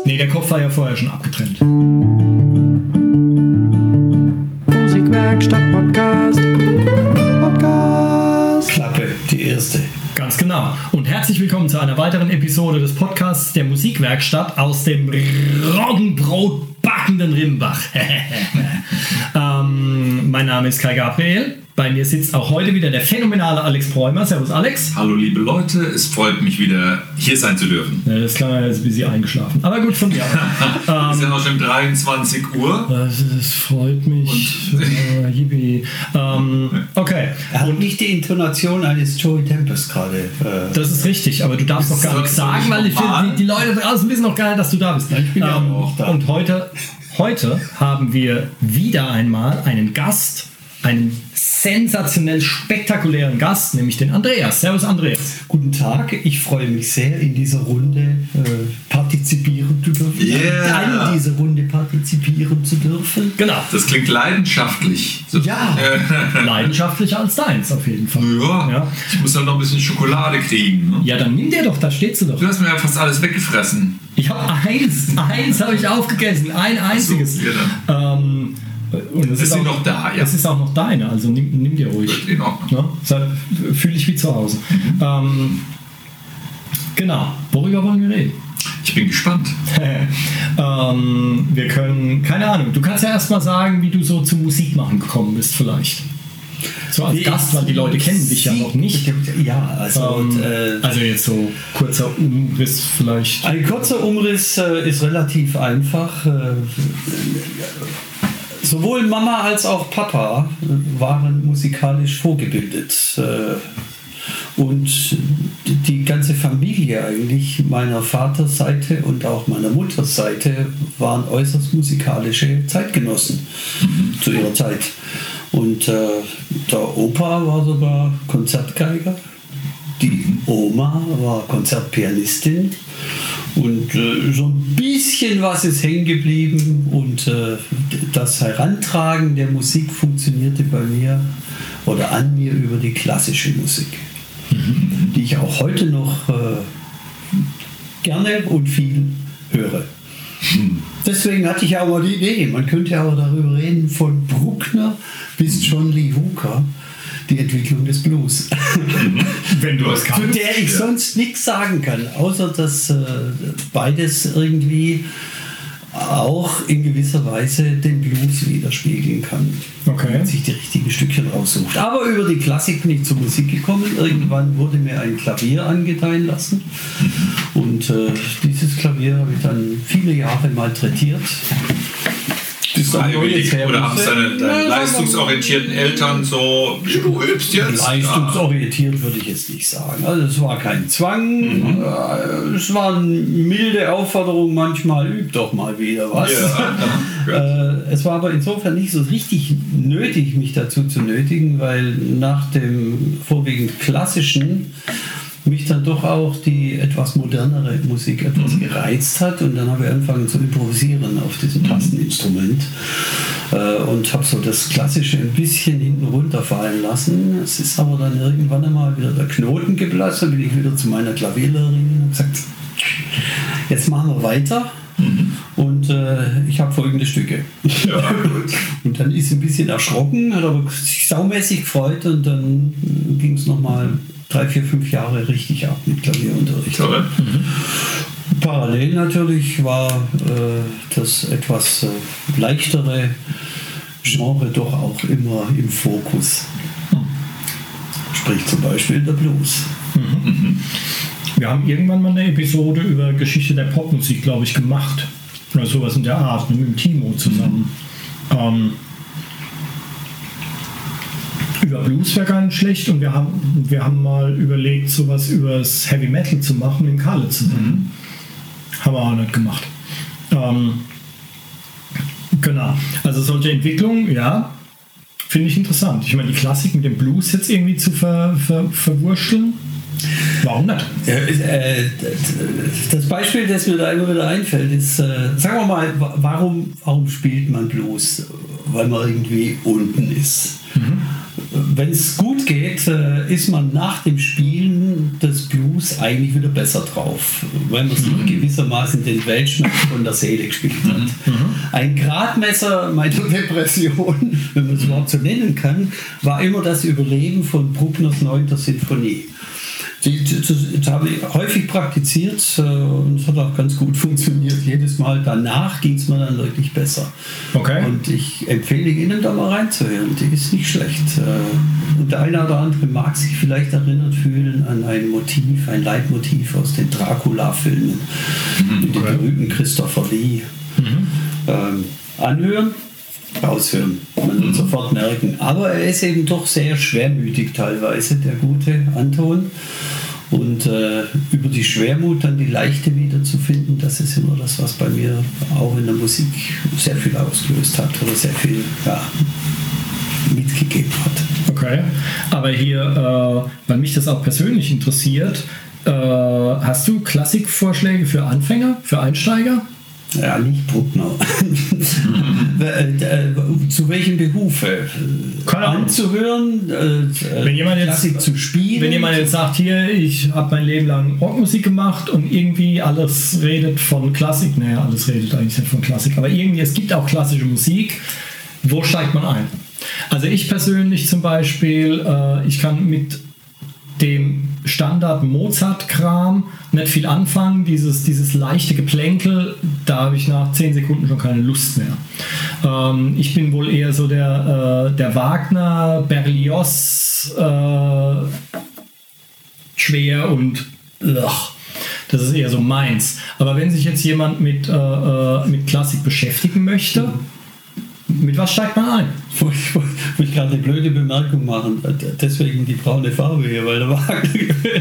Nee, der Kopf war ja vorher schon abgetrennt. Musikwerkstatt Podcast. Klappe, die erste. Ganz genau. Und herzlich willkommen zu einer weiteren Episode des Podcasts der Musikwerkstatt aus dem Roggenbrot backenden Rimbach. Mein Name ist Kai Gabriel. Bei mir sitzt auch heute wieder der phänomenale Alex Bräumer. Servus Alex. Hallo liebe Leute, es freut mich wieder hier sein zu dürfen. Ja, das klang ja jetzt ein bisschen eingeschlafen. Aber gut von dir. Wir sind auch schon 23 Uhr. Das freut mich. Yippie. Okay. Er hat nicht die Intonation eines Joey Tempest gerade. Das ist richtig, aber du darfst noch gar nichts sagen, weil die Leute draußen wissen noch gar nicht, dass du da bist. Ich bin ja auch da. Und heute haben wir wieder einmal einen Gast, einen sensationell spektakulären Gast, nämlich den Andreas. Servus Andreas. Guten Tag, ich freue mich sehr, in dieser Runde partizipieren zu dürfen. Yeah. An dieser Runde partizipieren zu dürfen. Genau. Das klingt leidenschaftlich. So. Ja. Leidenschaftlicher als deins auf jeden Fall. Ja. Ich muss halt noch ein bisschen Schokolade kriegen. Ne? Ja, dann nimm dir doch, da stehtst du doch. Du hast mir ja fast alles weggefressen. Ich habe eins habe ich aufgegessen, ein einziges. So, ja, und ist sie noch da, ja. Es ist auch noch deine, also nimm dir ruhig. In Ordnung. Ja, fühle ich wie zu Hause. Genau, worüber wollen wir reden? Ich bin gespannt. Wir können, keine Ahnung, du kannst ja erstmal sagen, wie du so zum Musikmachen gekommen bist vielleicht. So als Gast, weil die Leute kennen dich ja noch nicht. Ja, also jetzt so kurzer Umriss vielleicht. Ein kurzer Umriss ist relativ einfach. Sowohl Mama als auch Papa waren musikalisch vorgebildet. Und die ganze Familie eigentlich, meiner Vaterseite und auch meiner Mutterseite, waren äußerst musikalische Zeitgenossen zu ihrer Zeit. Und der Opa war sogar Konzertgeiger, die Oma war Konzertpianistin. Und so ein bisschen was ist hängen geblieben und das Herantragen der Musik funktionierte bei mir oder an mir über die klassische Musik, die ich auch heute noch gerne und viel höre. Deswegen hatte ich auch mal die Idee, man könnte ja auch darüber reden, von Bruckner bis John Lee Hooker, die Entwicklung des Blues. Wenn du es kannst. Zu der ich sonst nichts sagen kann, außer dass beides irgendwie auch in gewisser Weise den Blues widerspiegeln kann. Okay. Wenn man sich die richtigen Stückchen raussucht. Aber über die Klassik bin ich zur Musik gekommen. Irgendwann wurde mir ein Klavier angedeihen lassen. Und dieses Klavier habe ich dann viele Jahre malträtiert. Oder haben es deine leistungsorientierten Eltern so, du übst jetzt? Leistungsorientiert würde ich jetzt nicht sagen. Also es war kein Zwang, es war eine milde Aufforderung manchmal, üb doch mal wieder was. Ja. Es war aber insofern nicht so richtig nötig, mich dazu zu nötigen, weil nach dem vorwiegend klassischen mich dann doch auch die etwas modernere Musik etwas gereizt hat und dann habe ich angefangen zu improvisieren auf diesem Tasteninstrument und habe so das Klassische ein bisschen hinten runterfallen lassen. Es ist aber dann irgendwann einmal wieder der Knoten geplatzt, dann bin ich wieder zu meiner Klavierlehrerin und habe gesagt, jetzt machen wir weiter. Und ich habe folgende Stücke. Ja, und dann ist sie ein bisschen erschrocken, hat aber sich saumäßig gefreut und dann ging es nochmal 3, 4, 5 Jahre richtig ab mit Klavierunterricht. Parallel natürlich war das etwas leichtere Genre doch auch immer im Fokus. Sprich zum Beispiel der Blues. Wir haben irgendwann mal eine Episode über Geschichte der Popmusik, glaube ich, gemacht. Oder sowas in der Art, mit dem Timo zusammen. Über Blues wäre gar nicht schlecht und wir haben mal überlegt, sowas über das Heavy Metal zu machen mit dem Kalle zusammen. Haben wir auch nicht gemacht. Genau. Also solche Entwicklungen, ja, finde ich interessant. Ich meine, die Klassik mit dem Blues jetzt irgendwie zu verwurschteln, warum nicht? Das Beispiel, das mir da immer wieder einfällt, ist, sagen wir mal, warum spielt man Blues? Weil man irgendwie unten ist. wenn es gut geht, ist man nach dem Spielen des Blues eigentlich wieder besser drauf, weil man sich gewissermaßen den Weltschmerz von der Seele gespielt hat. Ein Gradmesser meiner Depression, wenn man es überhaupt so nennen kann, war immer das Überleben von Bruckners 9. Sinfonie. Das habe ich häufig praktiziert und es hat auch ganz gut funktioniert. Jedes Mal danach ging es mir dann wirklich besser. Okay. Und ich empfehle Ihnen da mal reinzuhören. Die ist nicht schlecht. Und der eine oder andere mag sich vielleicht erinnert fühlen an ein Motiv, ein Leitmotiv aus den Dracula-Filmen mit dem berühmten Christopher Lee. Anhören, raushören. Man wird sofort merken. Aber er ist eben doch sehr schwermütig teilweise, der gute Anton. Und über die Schwermut dann die Leichte wiederzufinden, das ist immer das, was bei mir auch in der Musik sehr viel ausgelöst hat oder sehr viel mitgegeben hat. Okay, aber hier, weil mich das auch persönlich interessiert, hast du Klassikvorschläge für Anfänger, für Einsteiger? Ja, nicht Bruckner. Zu welchem Behufe? Anzuhören, wenn jemand jetzt, Klassik zu spielen? Wenn jemand jetzt sagt, hier, ich habe mein Leben lang Rockmusik gemacht und irgendwie alles redet von Klassik, naja, alles redet eigentlich nicht von Klassik, aber irgendwie, es gibt auch klassische Musik, wo steigt man ein? Also ich persönlich zum Beispiel, ich kann mit dem Standard Mozart-Kram nicht viel anfangen. Dieses leichte Geplänkel, da habe ich nach 10 Sekunden schon keine Lust mehr. Ich bin wohl eher so der Wagner, Berlioz, schwer und das ist eher so meins. Aber wenn sich jetzt jemand mit Klassik beschäftigen möchte, mit was steigt man ein? Ich will gerade eine blöde Bemerkung machen. Deswegen die braune Farbe hier, weil der Wagner gefällt.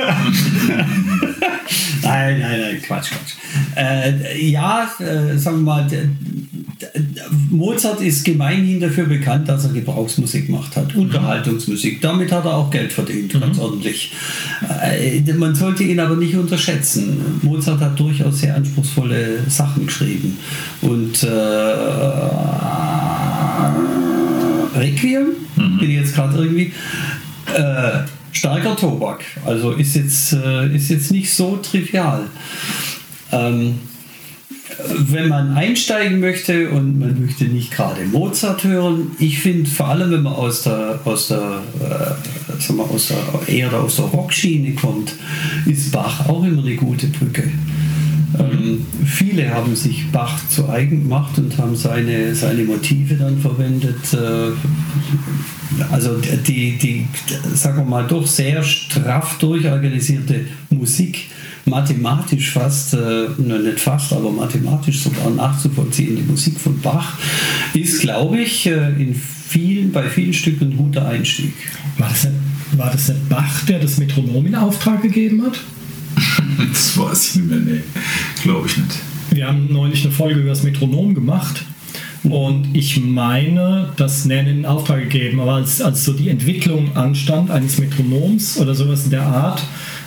Nein, Quatsch. Sagen wir mal, Mozart ist gemeinhin dafür bekannt, dass er Gebrauchsmusik gemacht hat, Unterhaltungsmusik. Damit hat er auch Geld verdient, ganz ordentlich. Man sollte ihn aber nicht unterschätzen. Mozart hat durchaus sehr anspruchsvolle Sachen geschrieben. Und Requiem, bin ich jetzt gerade irgendwie, starker Tobak. Also ist jetzt nicht so trivial. Wenn man einsteigen möchte und man möchte nicht gerade Mozart hören, ich finde vor allem, wenn man aus der Rockschiene kommt, ist Bach auch immer eine gute Brücke. Viele haben sich Bach zu eigen gemacht und haben seine Motive dann verwendet. Also die sagen wir mal, doch sehr straff durchorganisierte Musik, mathematisch fast, nicht fast, aber mathematisch sogar nachzuvollziehen. Die Musik von Bach ist, glaube ich, bei vielen Stücken ein guter Einstieg. War das nicht Bach, der das Metronom in Auftrag gegeben hat? Das weiß ich nicht mehr, nee, glaube ich nicht. Wir haben neulich eine Folge über das Metronom gemacht und ich meine, das in Auftrag gegeben, aber als so die Entwicklung anstand eines Metronoms oder sowas in der Art,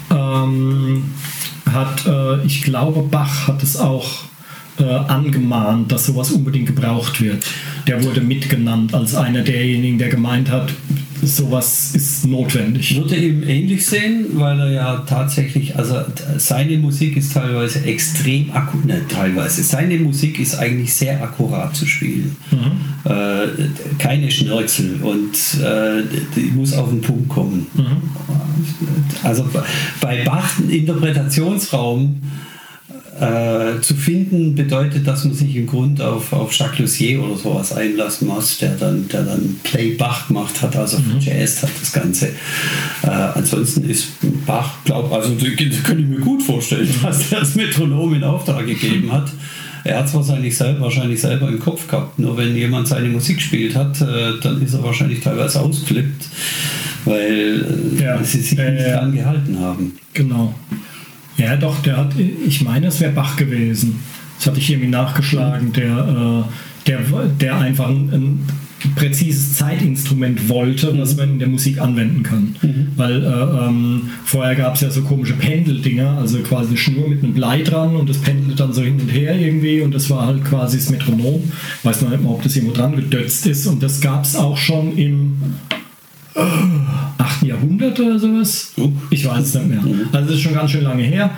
ich glaube, Bach hat es auch angemahnt, dass sowas unbedingt gebraucht wird. Der wurde mitgenannt als einer derjenigen, der gemeint hat, sowas ist notwendig. Ich würde ihm ähnlich sehen, weil er ja tatsächlich, also seine Musik ist teilweise extrem seine Musik ist eigentlich sehr akkurat zu spielen. Keine Schnörkel und die muss auf den Punkt kommen. Also bei Bach ein Interpretationsraum zu finden, bedeutet, dass man sich im Grunde auf Jacques Lussier oder sowas einlassen muss, der dann Play Bach gemacht hat, also Jazz hat das Ganze. Ansonsten ist Bach, also das könnte ich mir gut vorstellen, dass er das Metronom in Auftrag gegeben hat. Er hat es wahrscheinlich selber im Kopf gehabt, nur wenn jemand seine Musik gespielt hat, dann ist er wahrscheinlich teilweise ausgeflippt, weil sie sich nicht dran gehalten haben. Genau. Ja, doch, ich meine, es wäre Bach gewesen. Das hatte ich irgendwie nachgeschlagen, der einfach ein präzises Zeitinstrument wollte, was man in der Musik anwenden kann. Weil vorher gab es ja so komische Pendeldinger, also quasi eine Schnur mit einem Blei dran und das pendelt dann so hin und her irgendwie und das war halt quasi das Metronom. Weiß man nicht mal, ob das irgendwo dran gedötzt ist und das gab es auch schon im 8. Jahrhundert oder sowas. Ich weiß es nicht mehr. Also das ist schon ganz schön lange her.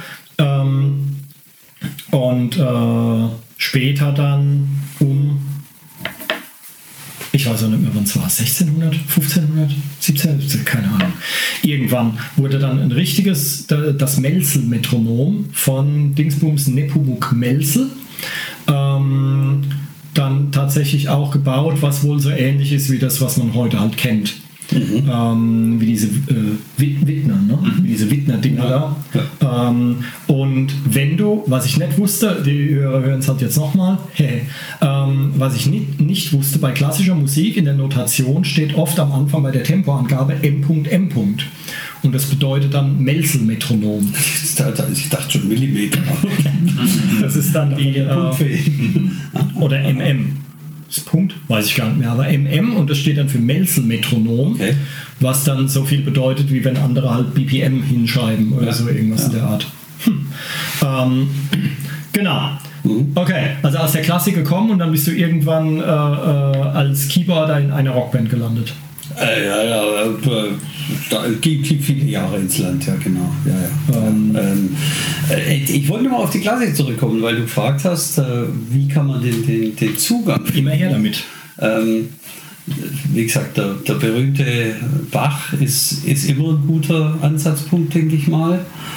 Und später dann ich weiß auch nicht mehr, wann es war, 1600, 1500, 1700, keine Ahnung. Irgendwann wurde dann ein richtiges, das Melsel-Metronom von Dingsbums Nepomuk Melsel dann tatsächlich auch gebaut, was wohl so ähnlich ist wie das, was man heute halt kennt. Wie diese Wittner, ne? Wie diese Wittner-Dinger da. Und wenn du, was ich nicht wusste, die Hörer hören es halt jetzt nochmal, was ich nicht wusste, bei klassischer Musik in der Notation steht oft am Anfang bei der Tempoangabe M.M. Und das bedeutet dann Melsel-Metronom. Ich dachte schon Millimeter. Das ist dann die oder MM. Das Punkt, weiß ich gar nicht mehr, aber MM und das steht dann für Melsel-Metronom, was dann so viel bedeutet, wie wenn andere halt BPM hinschreiben oder so irgendwas in der Art. Genau. Okay, also aus der Klassik gekommen und dann bist du irgendwann als Keyboarder in einer Rockband gelandet. Da gibt viele Jahre ins Land, ja genau. Ich wollte mal auf die Klassik zurückkommen, weil du gefragt hast, wie kann man den Zugang finden? Immer her damit. Wie gesagt, der berühmte Bach ist immer ein guter Ansatzpunkt, denke ich mal.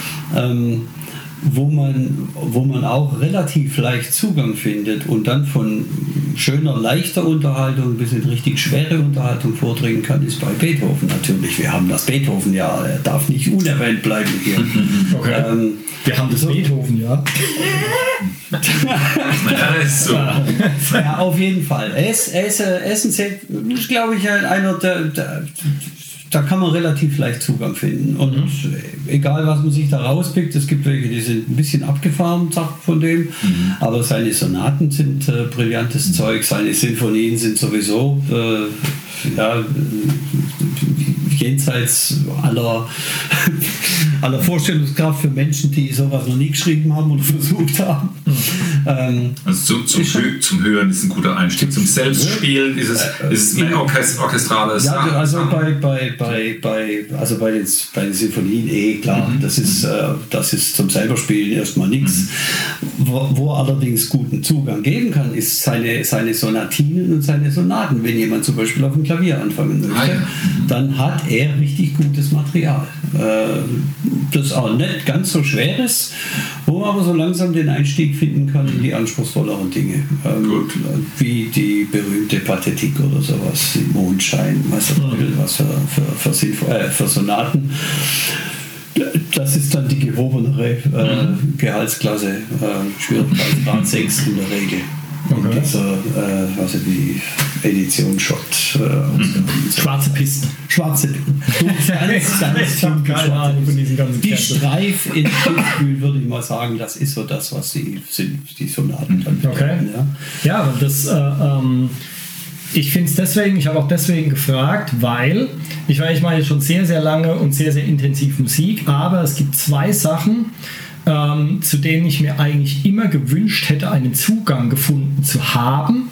Wo man auch relativ leicht Zugang findet und dann von schöner, leichter Unterhaltung bis in richtig schwere Unterhaltung vordringen kann, ist bei Beethoven natürlich. Wir haben das Beethoven-Jahr, er darf nicht unerwähnt bleiben hier. Okay. Wir haben das Beethoven-Jahr. Ja, auf jeden Fall. Essen ist, glaube ich, einer der da kann man relativ leicht Zugang finden. Und egal, was man sich da rauspickt, es gibt welche, die sind ein bisschen abgefahren, sagt von dem, aber seine Sonaten sind brillantes Zeug, seine Sinfonien sind sowieso jenseits aller Vorstellungskraft für Menschen, die sowas noch nie geschrieben haben oder versucht haben. Also zum Hören ist ein guter Einstieg. Zum Selbstspielen ist es mehr orchestrales. Ja, also bei den Sinfonien klar. Das ist zum Selberspielen erstmal nichts. Wo allerdings guten Zugang geben kann, ist seine Sonatinen und seine Sonaten. Wenn jemand zum Beispiel auf dem Klavier anfangen möchte, dann hat er richtig gutes Material. Das auch nicht ganz so schwer ist, wo man aber so langsam den Einstieg finden kann in die anspruchsvolleren Dinge. Wie die berühmte Pathetik oder sowas, Mondschein, was für Sonaten. Das ist dann die gehobenere Gehaltsklasse, Schwierigkeitsgrad 6 in der Regel. Und dieser, die Edition Schott. Schwarze Pisten. Schwarze Die Streif in Kitzbühel, würde ich mal sagen, das ist so das, was die Sonaten dann bedeuten. Ja, das ich finde es deswegen, ich habe auch deswegen gefragt, weil ich mache jetzt schon sehr, sehr lange und sehr, sehr intensiv Musik, aber es gibt zwei Sachen, zu denen ich mir eigentlich immer gewünscht hätte, einen Zugang gefunden zu haben,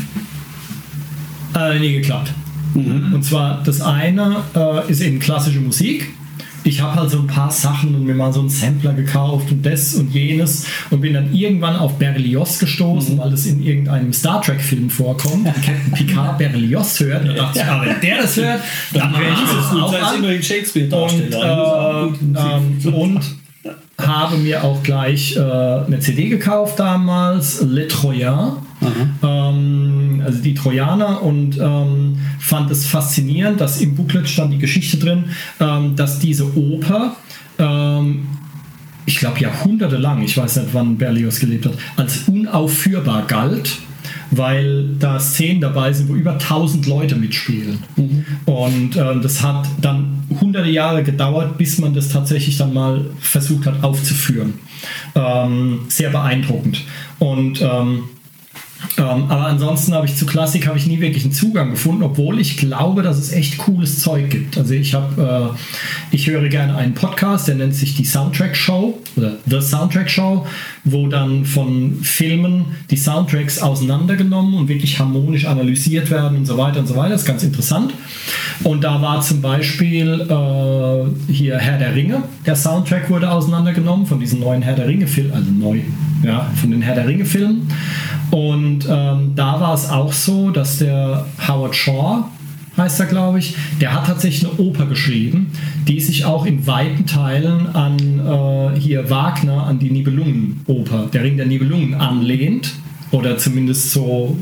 nie geklappt. Und zwar das eine ist eben klassische Musik. Ich habe halt so ein paar Sachen und mir mal so einen Sampler gekauft und das und jenes und bin dann irgendwann auf Berlioz gestoßen, weil das in irgendeinem Star Trek Film vorkommt. Captain Picard Berlioz hört. Da dachte ich, wenn der das hört, dann werde ich das auch an. Immerhin Shakespeare-Darsteller. Und habe mir auch gleich eine CD gekauft damals, Les Troyens, also die Trojaner, und fand es faszinierend, dass im Booklet stand die Geschichte drin, dass diese Oper, ich glaube jahrhundertelang, ich weiß nicht, wann Berlioz gelebt hat, als unaufführbar galt, weil da Szenen dabei sind, wo über 1000 Leute mitspielen. Und das hat dann hunderte Jahre gedauert, bis man das tatsächlich dann mal versucht hat aufzuführen. Sehr beeindruckend. Und Aber ansonsten habe ich zu Klassik nie wirklich einen Zugang gefunden, obwohl ich glaube, dass es echt cooles Zeug gibt. Also ich höre gerne einen Podcast, der nennt sich die Soundtrack Show oder The Soundtrack Show, wo dann von Filmen die Soundtracks auseinandergenommen und wirklich harmonisch analysiert werden und so weiter und so weiter. Das ist ganz interessant. Und da war zum Beispiel hier Herr der Ringe. Der Soundtrack wurde auseinandergenommen von diesen neuen Herr der Ringe-Filmen, also neu, ja, von den Herr der Ringe-Filmen. Und da war es auch so, dass der Howard Shore, heißt er, glaube ich, der hat tatsächlich eine Oper geschrieben, die sich auch in weiten Teilen an hier Wagner, an die Nibelungenoper, der Ring der Nibelungen anlehnt oder zumindest so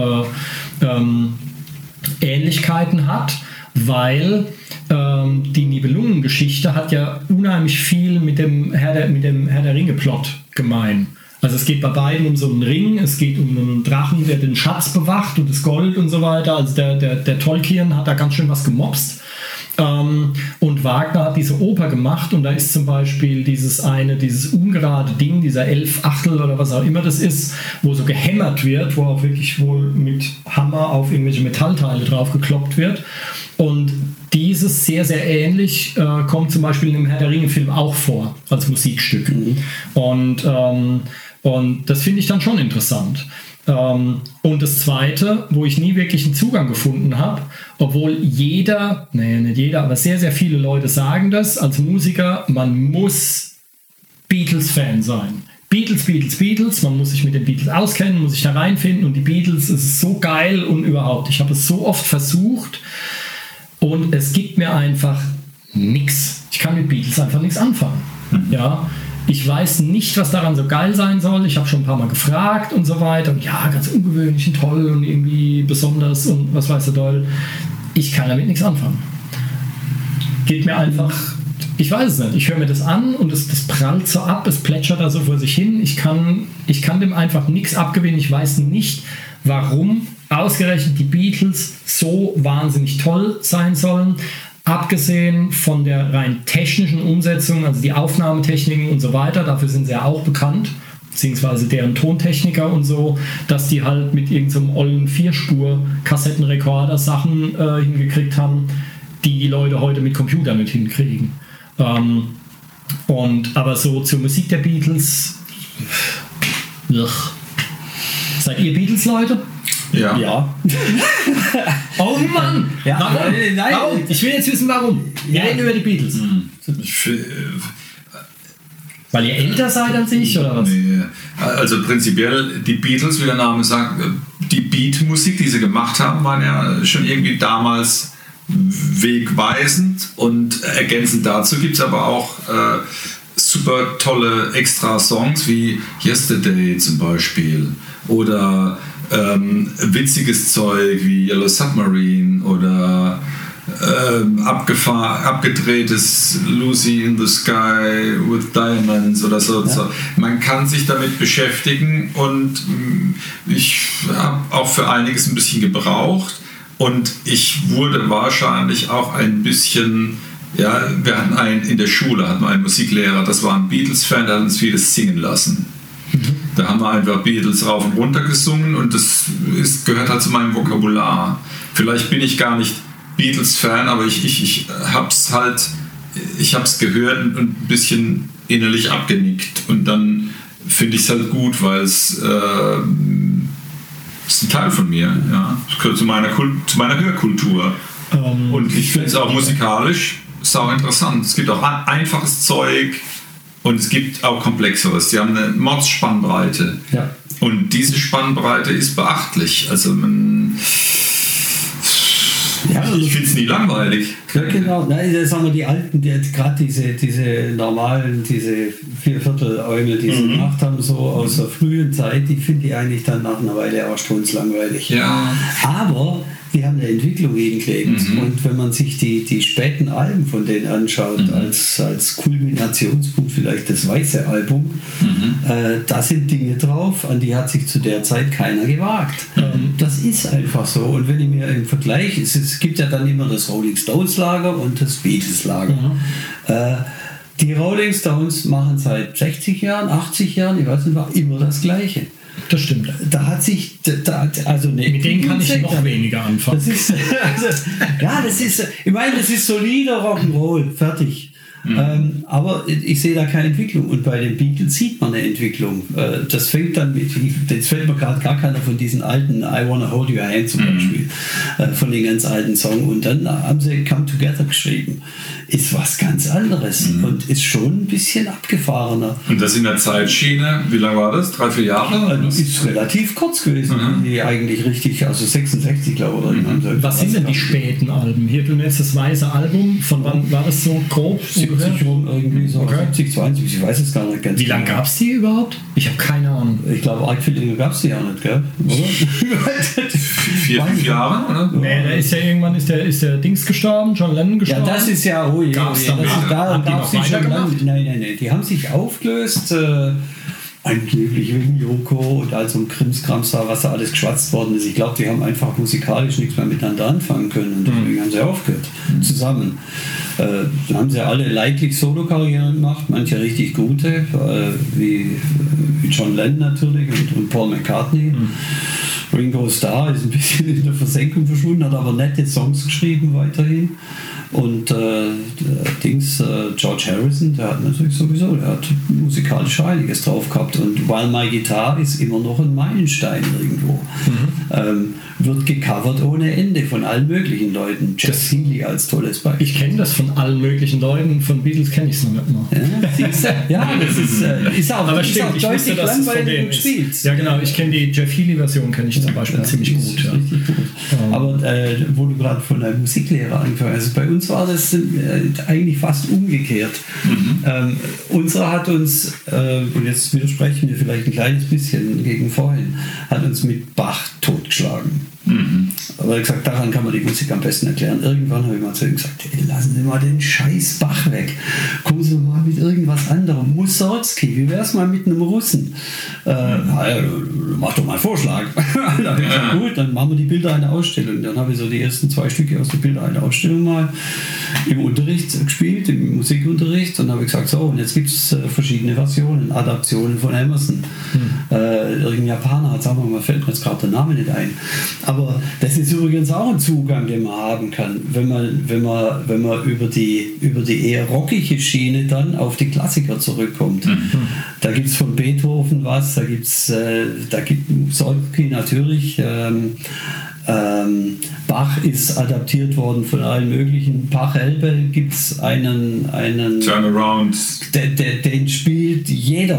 Ähnlichkeiten hat, weil die Nibelungengeschichte hat ja unheimlich viel mit dem Herr der Ringe-Plot gemein. Also es geht bei beiden um so einen Ring, es geht um einen Drachen, der den Schatz bewacht und das Gold und so weiter. Also der Tolkien hat da ganz schön was gemopst. Und Wagner hat diese Oper gemacht und da ist zum Beispiel dieses ungerade Ding, dieser 11 Achtel oder was auch immer das ist, wo so gehämmert wird, wo auch wirklich wohl mit Hammer auf irgendwelche Metallteile drauf gekloppt wird. Und dieses sehr, sehr ähnlich kommt zum Beispiel in dem Herr der Ringe-Film auch vor, als Musikstück. Mhm. Und das finde ich dann schon interessant. Und das Zweite, wo ich nie wirklich einen Zugang gefunden habe, obwohl nicht jeder, aber sehr, sehr viele Leute sagen das, als Musiker, man muss Beatles-Fan sein. Beatles, man muss sich mit den Beatles auskennen, muss sich da reinfinden und die Beatles, es ist so geil und überhaupt. Ich habe es so oft versucht und es gibt mir einfach nichts. Ich kann mit Beatles einfach nichts anfangen. Ja. Ich weiß nicht, was daran so geil sein soll. Ich habe schon ein paar Mal gefragt und so weiter. Und ja, ganz ungewöhnlich und toll und irgendwie besonders und was weiß der Teufel. Ich kann damit nichts anfangen. Geht mir einfach, ich weiß es nicht. Ich höre mir das an und das prallt so ab, es plätschert da so vor sich hin. Ich kann dem einfach nichts abgewinnen. Ich weiß nicht, warum ausgerechnet die Beatles so wahnsinnig toll sein sollen. Abgesehen von der rein technischen Umsetzung, also die Aufnahmetechniken und so weiter, dafür sind sie ja auch bekannt, beziehungsweise deren Tontechniker und so, dass die halt mit irgendeinem ollen 4-Spur-Kassettenrekorder Sachen hingekriegt haben, die Leute heute mit Computern nicht hinkriegen. Aber so zur Musik der Beatles, seid ihr Beatles-Leute? Ja. Oh Mann! Ja, warum? Warum? Ich will jetzt wissen, warum. Wir reden über die Beatles. Weil ihr älter seid als ich, oder was? Nee. Also prinzipiell, die Beatles, wie der Name sagt, die Beat-Musik, die sie gemacht haben, waren ja schon irgendwie damals wegweisend und ergänzend dazu gibt es aber auch super tolle Extra-Songs wie Yesterday zum Beispiel oder witziges Zeug wie Yellow Submarine oder abgedrehtes Lucy in the Sky with Diamonds oder so. Ja. Man kann sich damit beschäftigen und ich habe auch für einiges ein bisschen gebraucht und ich wurde wahrscheinlich auch ein bisschen, ja, wir hatten in der Schule hatten wir einen Musiklehrer, das war ein Beatles-Fan, der hat uns vieles singen lassen. Da haben wir einfach Beatles rauf und runter gesungen und das gehört halt zu meinem Vokabular. Vielleicht bin ich gar nicht Beatles-Fan, aber ich hab's gehört und ein bisschen innerlich abgenickt und dann finde ich es halt gut, weil es ist ein Teil von mir. Ja. Es gehört zu meiner Hörkultur. Und ich finde es auch musikalisch sau interessant. Es gibt auch einfaches Zeug. Und es gibt auch Komplexeres. Die haben eine Mordsspannbreite. Ja. Und diese Spannbreite ist beachtlich. Also ich finde es nie langweilig. Ja, genau. Nein, das haben wir die alten, gerade diese normalen, diese 4/4-Äumel, die sie gemacht haben, so aus der frühen Zeit, die finde ich eigentlich dann nach einer Weile auch strunzlangweilig. Ja. Aber die haben eine Entwicklung hingekriegt. Und wenn man sich die späten Alben von denen anschaut, als Kulminationspunkt vielleicht das weiße Album, da sind Dinge drauf, an die hat sich zu der Zeit keiner gewagt. Das ist einfach so. Und wenn ich mir im Vergleich, es gibt ja dann immer das Rolling Stones Lager und das Beatles Lager. Die Rolling Stones machen seit 60 Jahren, 80 Jahren, ich weiß nicht, war immer das Gleiche. Das stimmt. Da hat sich, mit denen kann ich noch weniger anfangen. Das ist, ich meine, das ist solider Rock'n'Roll, fertig. Aber ich sehe da keine Entwicklung. Und bei den Beatles sieht man eine Entwicklung. Das fängt dann mit, jetzt fällt mir gerade gar keiner von diesen alten I Wanna Hold Your Hand zum Beispiel, von den ganz alten Songs. Und dann haben sie Come Together geschrieben. Ist was ganz anderes und ist schon ein bisschen abgefahrener. Und das in der Zeitschiene, wie lange war das? 3-4 Jahre? Ist relativ kurz gewesen, die eigentlich richtig, also 66 glaube ich. Was sind denn die späten Alben? Hier, du nennst das weiße Album, von wann war das so grob? 70 rum irgendwie so, okay. 70, 72, ich weiß es gar nicht ganz Wie lange gab es die überhaupt? Ich habe keine Ahnung. Ich glaube, arg viel länger gab es die ja nicht, gell? Oder? 4-5 Jahre, oder? Nee, der ist ja irgendwann ist der Dings gestorben, John Lennon gestorben. Ja, das ist ja, Gab's da da gab's die schon lange. Nein, die haben sich aufgelöst, angeblich wegen Joko und all so ein Krimskrams da, was da alles geschwatzt worden ist. Ich glaube, die haben einfach musikalisch nichts mehr miteinander anfangen können und deswegen haben sie aufgehört, zusammen. Dann haben sie alle leidlich Solo-Karrieren gemacht, manche richtig gute, wie John Lennon natürlich und Paul McCartney. Ringo Starr ist ein bisschen in der Versenkung verschwunden, hat aber nette Songs geschrieben weiterhin. Und George Harrison, der hat natürlich sowieso, der hat musikalisch einiges drauf gehabt. Und While My Guitar ist immer noch ein Meilenstein irgendwo. Wird gecovert ohne Ende von allen möglichen Leuten. Jeff Healey als tolles Beispiel. Ich kenne das von allen möglichen Leuten, von Beatles kenne ich es noch nicht mal. Ja, das ist auch, aber stimmt, ich wusste, dass es von denen ist. Ja genau, ich kenne die Jeff Healey-Version, kenne ich zum Beispiel ziemlich gut. Ja. Richtig gut. Aber wo du gerade von deinem Musiklehrer angefangen hast, bei uns war das eigentlich fast umgekehrt. Unserer hat uns, und jetzt widersprechen wir vielleicht ein kleines bisschen gegen vorhin, hat uns mit Bach totgeschlagen. Aber ich gesagt, daran kann man die Musik am besten erklären. Irgendwann habe ich mal zu ihm gesagt, hey, lassen Sie mal den scheiß Bach weg. Kommen Sie mal mit irgendwas anderem. Mussorgsky, wie wäre es mal mit einem Russen? Mach doch mal einen Vorschlag. Dann habe ich gesagt, gut, dann machen wir die Bilder einer Ausstellung. Dann habe ich so die ersten 2 Stücke aus der Bilder einer Ausstellung mal im Unterricht gespielt, im Musikunterricht. Und dann habe ich gesagt, so, und jetzt gibt es verschiedene Versionen, Adaptionen von Emerson. Irgendein Japaner hat, sagen wir mal, fällt mir jetzt gerade der Name nicht ein. Aber das ist übrigens auch ein Zugang, den man haben kann, wenn man über die eher rockige Schiene dann auf die Klassiker zurückkommt. Da gibt es von Beethoven was, da gibt Mussorgsky natürlich. Bach ist adaptiert worden von allen möglichen. Pachelbel gibt es einen Turnaround. Den spielt jeder.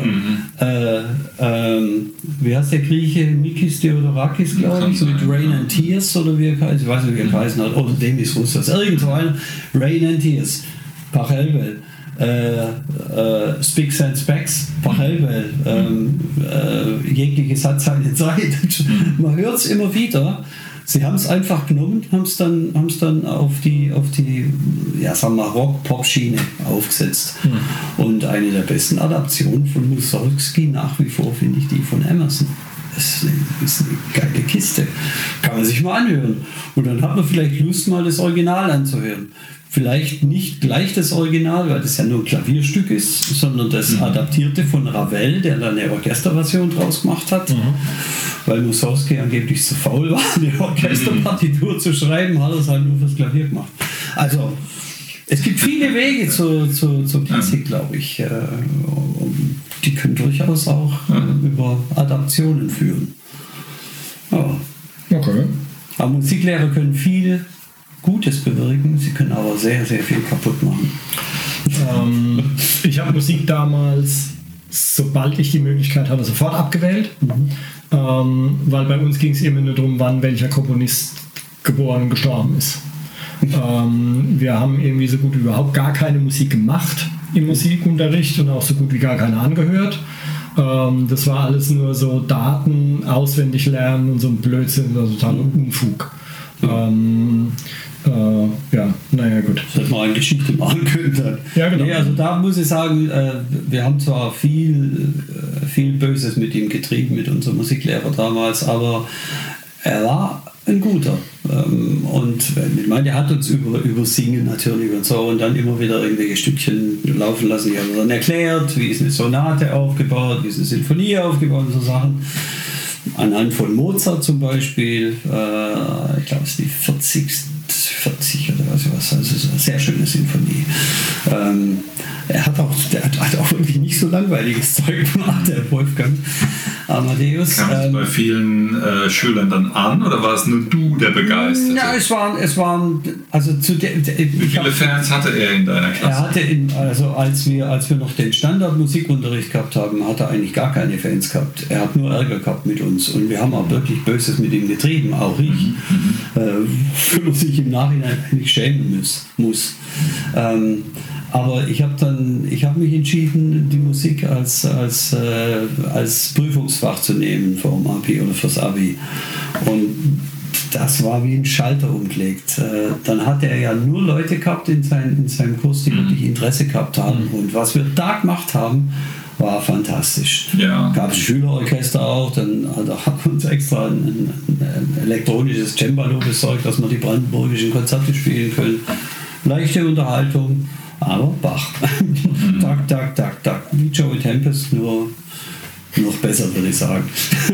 Wie heißt der Grieche? Mikis Theodorakis, glaube ich, mit Rain and Tears oder wie er heißt. Ich weiß nicht, wie er geheißen hat. Oder Demis Roussos. Irgendwo ein Rain and Tears. Pachelbel. Spicks and Specks, Pachelbel. Jegliches hat seine Zeit. Man hört es immer wieder. Sie haben es einfach genommen, haben es dann auf die ja, sagen wir mal, Rock-Pop-Schiene aufgesetzt. Und eine der besten Adaptionen von Mussorgsky nach wie vor finde ich die von Emerson. Das ist eine geile Kiste. Kann man sich mal anhören. Und dann hat man vielleicht Lust, mal das Original anzuhören. Vielleicht nicht gleich das Original, weil das ja nur ein Klavierstück ist, sondern das Adaptierte von Ravel, der da eine Orchesterversion draus gemacht hat. Weil Mussorgsky angeblich zu faul war, eine Orchesterpartitur zu schreiben, hat er es halt nur fürs Klavier gemacht. Also, es gibt viele Wege zur Klassik, glaube ich. Die können durchaus auch über Adaptionen führen. Ja. Okay. Aber Musiklehrer können viel Gutes bewirken, sie können aber sehr, sehr viel kaputt machen. Ich habe Musik damals, sobald ich die Möglichkeit hatte, sofort abgewählt, weil bei uns ging es immer nur darum, wann welcher Komponist geboren und gestorben ist. Wir haben irgendwie so gut wie überhaupt gar keine Musik gemacht im Musikunterricht und auch so gut wie gar keine angehört. Das war alles nur so Daten auswendig lernen und so ein Blödsinn, also totaler Unfug. Ja, naja, gut. Das hätte man eine Geschichte machen können dann. Ja, genau. Nee, also da muss ich sagen, wir haben zwar viel Böses mit ihm getrieben, mit unserem Musiklehrer damals, aber er war ein guter. Und ich meine, er hat uns über Singen natürlich und so und dann immer wieder irgendwelche Stückchen laufen lassen. Die haben dann erklärt, wie ist eine Sonate aufgebaut, wie ist eine Sinfonie aufgebaut und so Sachen. anhand von Mozart zum Beispiel, ich glaube es ist die 40 oder was, also es ist eine sehr schöne Sinfonie. Der hat auch wirklich nicht so langweiliges Zeug gemacht, der Wolfgang Amadeus. Kam es bei vielen Schülern dann an oder war es nur du, der begeistert? Ja, es waren also wie viele Fans hatte er in deiner Klasse? Er hatte als wir noch den Standardmusikunterricht gehabt haben, hat er eigentlich gar keine Fans gehabt. Er hat nur Ärger gehabt mit uns und wir haben auch wirklich Böses mit ihm getrieben, auch ich, für man sich im Nachhinein eigentlich schämen muss. Aber ich habe mich entschieden, die Musik als Prüfungsfach zu nehmen vom Abi oder fürs Abi. Und das war wie ein Schalter umgelegt. Dann hatte er ja nur Leute gehabt in seinem Kurs, die wirklich Interesse gehabt haben. Und was wir da gemacht haben, war fantastisch. Ja. Gab es Schülerorchester auch, dann hat er uns extra ein elektronisches Cembalo besorgt, dass wir die brandenburgischen Konzerte spielen können. Leichte Unterhaltung. Aber Bach. Tak, tak, tak, tak. Wie Joey Tempest, nur noch besser, würde ich sagen.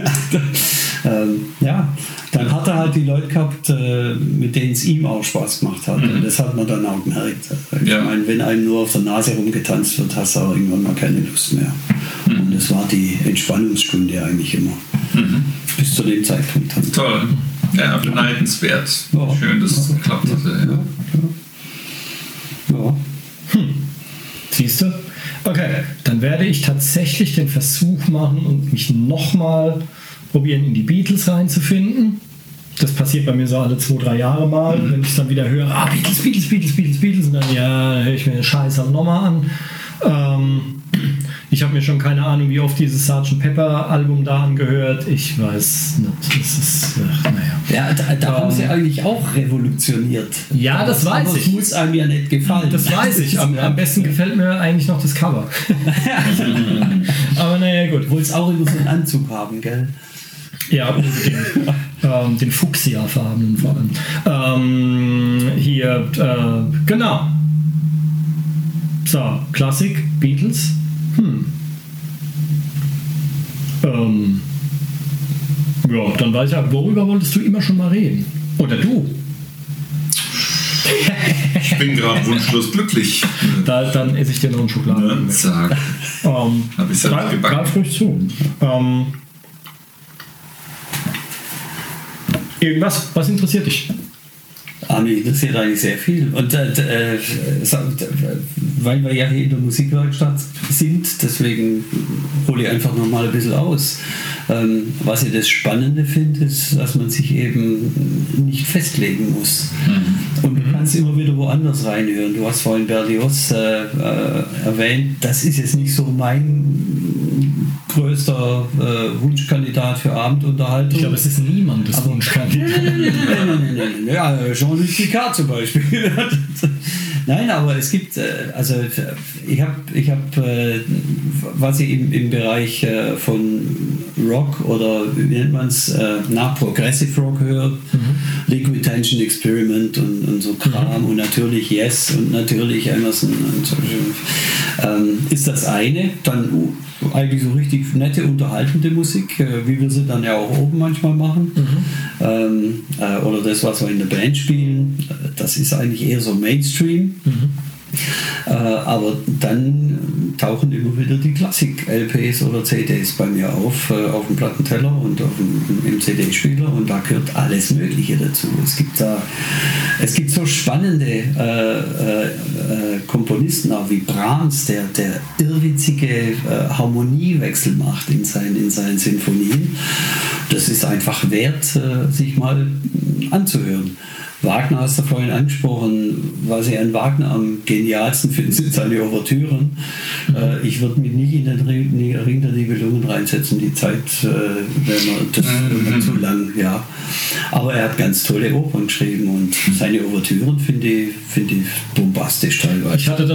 Dann hat er halt die Leute gehabt, mit denen es ihm auch Spaß gemacht hat. Und das hat man dann auch gemerkt. Ich meine, wenn einem nur auf der Nase rumgetanzt wird, hast du auch irgendwann mal keine Lust mehr. Und das war die Entspannungsstunde eigentlich immer. Bis zu dem Zeitpunkt. Toll. Ja, beneidenswert. Ja. Schön, dass es geklappt hat. Ja. Siehst du? Okay, dann werde ich tatsächlich den Versuch machen und mich nochmal probieren, in die Beatles reinzufinden. Das passiert bei mir so alle 2-3 Jahre mal, wenn ich dann wieder höre, Beatles, und dann höre ich mir den Scheiß halt nochmal an. Ich habe mir schon keine Ahnung, wie oft dieses Sgt. Pepper Album da angehört. Ich weiß nicht. Das ist, naja. Ja, da haben sie eigentlich auch revolutioniert. Ja, das weiß ich. Das muss einem ja nicht gefallen. Das weiß ich. Am besten gefällt mir eigentlich noch das Cover. Aber naja, gut. Wolltest auch immer so einen Anzug haben, gell? Ja, den Fuchsia-farbenen vor allem. Genau. So, Klassik, Beatles. Ja, dann weiß ich ja, worüber wolltest du immer schon mal reden? Oder du? Ich bin gerade wunschlos glücklich. Dann esse ich dir noch einen Schokoladen. Sag. Hab ich selbst gebacken. Greif ruhig zu. Irgendwas, was interessiert dich? Mich interessiert eigentlich sehr viel. Und weil wir ja hier in der Musikwerkstatt sind, deswegen hole ich einfach noch mal ein bisschen aus. Was ich das Spannende finde, ist, dass man sich eben nicht festlegen muss. Und du kannst immer wieder woanders reinhören. Du hast vorhin Berlioz erwähnt. Das ist jetzt nicht so mein größter Wunschkandidat für Abendunterhaltung. Ich glaube, es ist niemandes Wunschkandidat. Ja, Jean-Luc Picard zum Beispiel. Nein, aber es gibt, ich hab, was ich im Bereich von Rock oder wie nennt man es, Progressive Rock höre, Liquid Tension Experiment und so Kram und natürlich Yes und natürlich Emerson und so. Ist das eine, dann eigentlich so richtig nette, unterhaltende Musik, wie wir sie dann ja auch oben manchmal machen. Oder das, was wir in der Band spielen, das ist eigentlich eher so Mainstream. Aber dann tauchen immer wieder die Klassik-LPs oder CDs bei mir auf dem Plattenteller und im CD-Spieler und da gehört alles Mögliche dazu. Es gibt so spannende Komponisten auch wie Brahms, der irrwitzige Harmoniewechsel macht in seinen Sinfonien. Das ist einfach wert, sich mal anzuhören. Wagner hast du vorhin angesprochen, was ich an Wagner am genialsten finde, sind seine Ouvertüren. Ich würde mich nicht in den Ring der Nibelungen reinsetzen, die Zeit wäre zu lang, ja. Aber er hat ganz tolle Opern geschrieben und seine Ouvertüren finde ich bombastisch teilweise. Ich hatte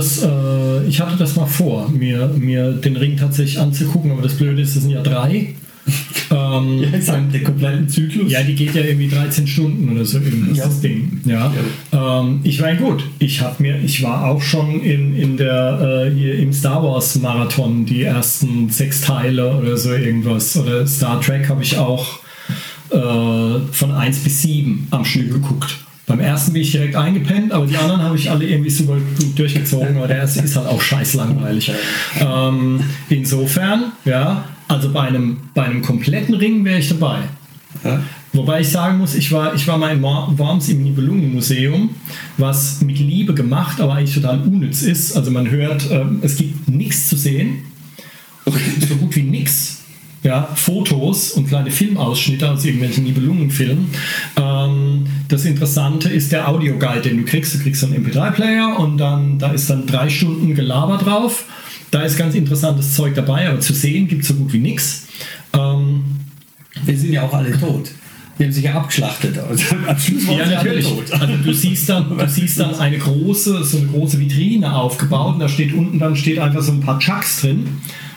das mal vor, mir den Ring tatsächlich anzugucken, aber das Blöde ist, es sind ja 3. Den kompletten Zyklus. Ja, die geht ja irgendwie 13 Stunden oder so irgendwas, das Ding. Ja. Ich meine, gut, ich war auch schon hier im Star Wars Marathon, die ersten 6 Teile oder so irgendwas. Oder Star Trek habe ich auch von 1 bis 7 am Stück geguckt. Beim ersten bin ich direkt eingepennt, aber die anderen habe ich alle irgendwie super gut durchgezogen, aber der erste ist halt auch scheiß langweilig. Insofern, ja, also bei einem kompletten Ring wäre ich dabei. Ja. Wobei ich sagen muss, ich war mal in Worms im Nibelungenmuseum, was mit Liebe gemacht, aber eigentlich total unnütz ist. Also man hört, es gibt nichts zu sehen, so gut wie nichts. Ja, Fotos und kleine Filmausschnitte aus irgendwelchen Nibelungenfilmen. Das Interessante ist der Audioguide, den du kriegst. Du kriegst so einen MP3-Player und da ist dann 3 Stunden Gelaber drauf. Da ist ganz interessantes Zeug dabei, aber zu sehen gibt es so gut wie nichts. Wir sind ja auch alle tot. Die haben sich ja abgeschlachtet. Am Schluss waren sie natürlich. Alle tot. Also du siehst dann eine große Vitrine aufgebaut und da steht einfach so ein paar Chucks drin.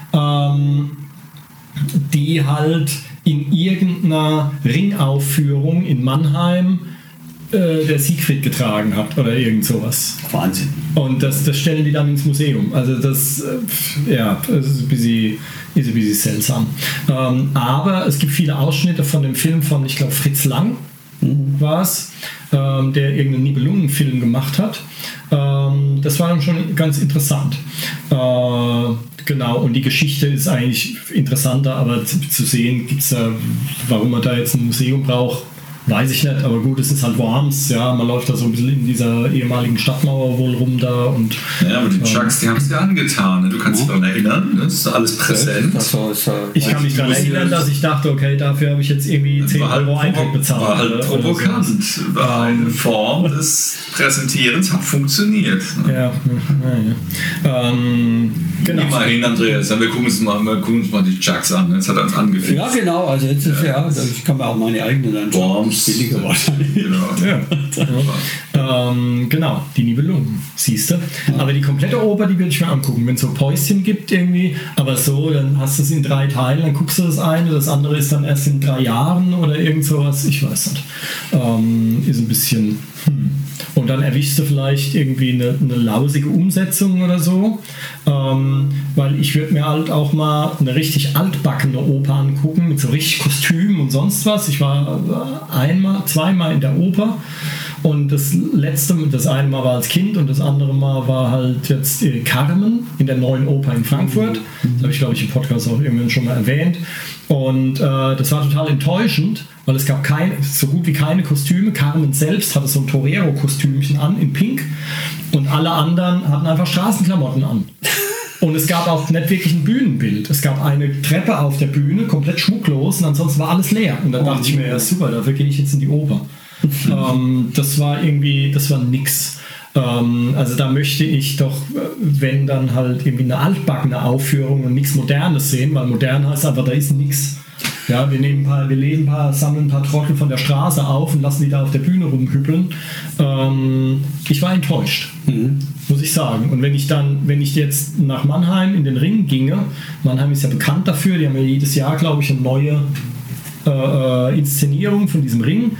Die halt in irgendeiner Ringaufführung in Mannheim der Siegfried getragen hat oder irgend sowas. Wahnsinn. Und das stellen die dann ins Museum. Also das ist ein bisschen seltsam. Aber es gibt viele Ausschnitte von dem Film von, ich glaube, Fritz Lang war es, der irgendeinen Nibelungenfilm gemacht hat. Das war dann schon ganz interessant. Genau, und die Geschichte ist eigentlich interessanter, aber zu sehen gibt es warum man da jetzt ein Museum braucht, weiß ich nicht, aber gut, es ist halt Worms, ja, man läuft da so ein bisschen in dieser ehemaligen Stadtmauer wohl rum da und... Ja, aber die Chucks, die haben es dir angetan, ne? Du kannst dich daran erinnern, das ist alles präsent. Ich kann mich daran erinnern, dass ich dachte, okay, dafür habe ich jetzt irgendwie 10 Euro Eintritt bezahlt. War halt provokant, war eine Form des Präsentierens, hat funktioniert. Ne? Ja. Genau. Immerhin, Andreas, wir gucken uns mal die Chucks an, jetzt hat er uns angefixt. Ja, genau, also jetzt ist ich kann mir auch meine eigenen anschauen. Billiger wahrscheinlich. Genau, die Nibelungen, siehst du. Ja. Aber die komplette Oper, die will ich mir angucken. Wenn es so Päuschen gibt irgendwie, aber so, dann hast du es in 3 Teilen, dann guckst du das eine, das andere ist dann erst in 3 Jahren oder irgend sowas, ich weiß nicht. Ist ein bisschen... Und dann erwischst du vielleicht irgendwie eine lausige Umsetzung oder so, weil ich würde mir halt auch mal eine richtig altbackene Oper angucken, mit so richtig Kostümen und sonst was. Ich war zweimal in der Oper und das eine Mal war als Kind und das andere Mal war halt jetzt Carmen in der Neuen Oper in Frankfurt. Das habe ich, glaube ich, im Podcast auch irgendwann schon mal erwähnt. Und das war total enttäuschend, weil es gab so gut wie keine Kostüme. Carmen selbst hatte so ein Torero-Kostümchen an in Pink und alle anderen hatten einfach Straßenklamotten an. Und es gab auch nicht wirklich ein Bühnenbild. Es gab eine Treppe auf der Bühne, komplett schmucklos und ansonsten war alles leer. Und dann dachte ich mir, ja super, dafür gehe ich jetzt in die Oper. Das war nix. Also da möchte ich doch, wenn dann halt irgendwie eine altbackene Aufführung und nichts Modernes sehen, weil modern heißt einfach, da ist nichts. Ja, wir sammeln ein paar Trottel von der Straße auf und lassen die da auf der Bühne rumhüppeln. Ich war enttäuscht, muss ich sagen. Und wenn ich jetzt nach Mannheim in den Ring ginge, Mannheim ist ja bekannt dafür, die haben ja jedes Jahr, glaube ich, eine neue Inszenierung von diesem Ring.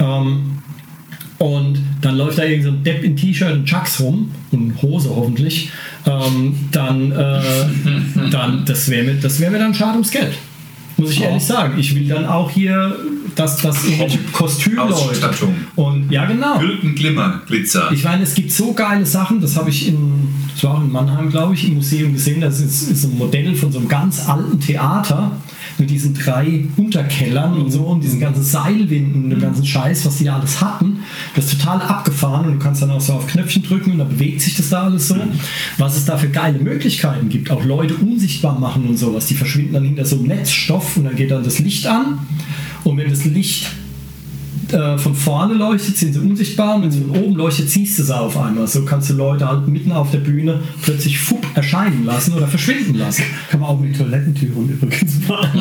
Und dann läuft da irgend so ein Depp in T-Shirt und Chucks rum und Hose hoffentlich. Das wäre mir dann schade ums Geld. Muss ich ehrlich sagen. Ich will dann auch hier, dass irgendwelche Kostümleute und ja genau. Gülden, Glimmer, Glitzer. Ich meine, es gibt so geile Sachen, das war auch in Mannheim, glaube ich, im Museum gesehen, das ist ein Modell von so einem ganz alten Theater mit diesen 3 Unterkellern und so und diesen ganzen Seilwinden und dem ganzen Scheiß, was die da alles hatten. Das ist total abgefahren und du kannst dann auch so auf Knöpfchen drücken und dann bewegt sich das da alles so. Was es da für geile Möglichkeiten gibt, auch Leute unsichtbar machen und sowas, die verschwinden dann hinter so einem Netzstoff und dann geht dann das Licht an und wenn das Licht von vorne leuchtet, sind sie unsichtbar und wenn sie von oben leuchtet, siehst du sie auf einmal. So kannst du Leute halt mitten auf der Bühne plötzlich erscheinen lassen oder verschwinden lassen. Kann man auch mit Toilettentüren übrigens machen.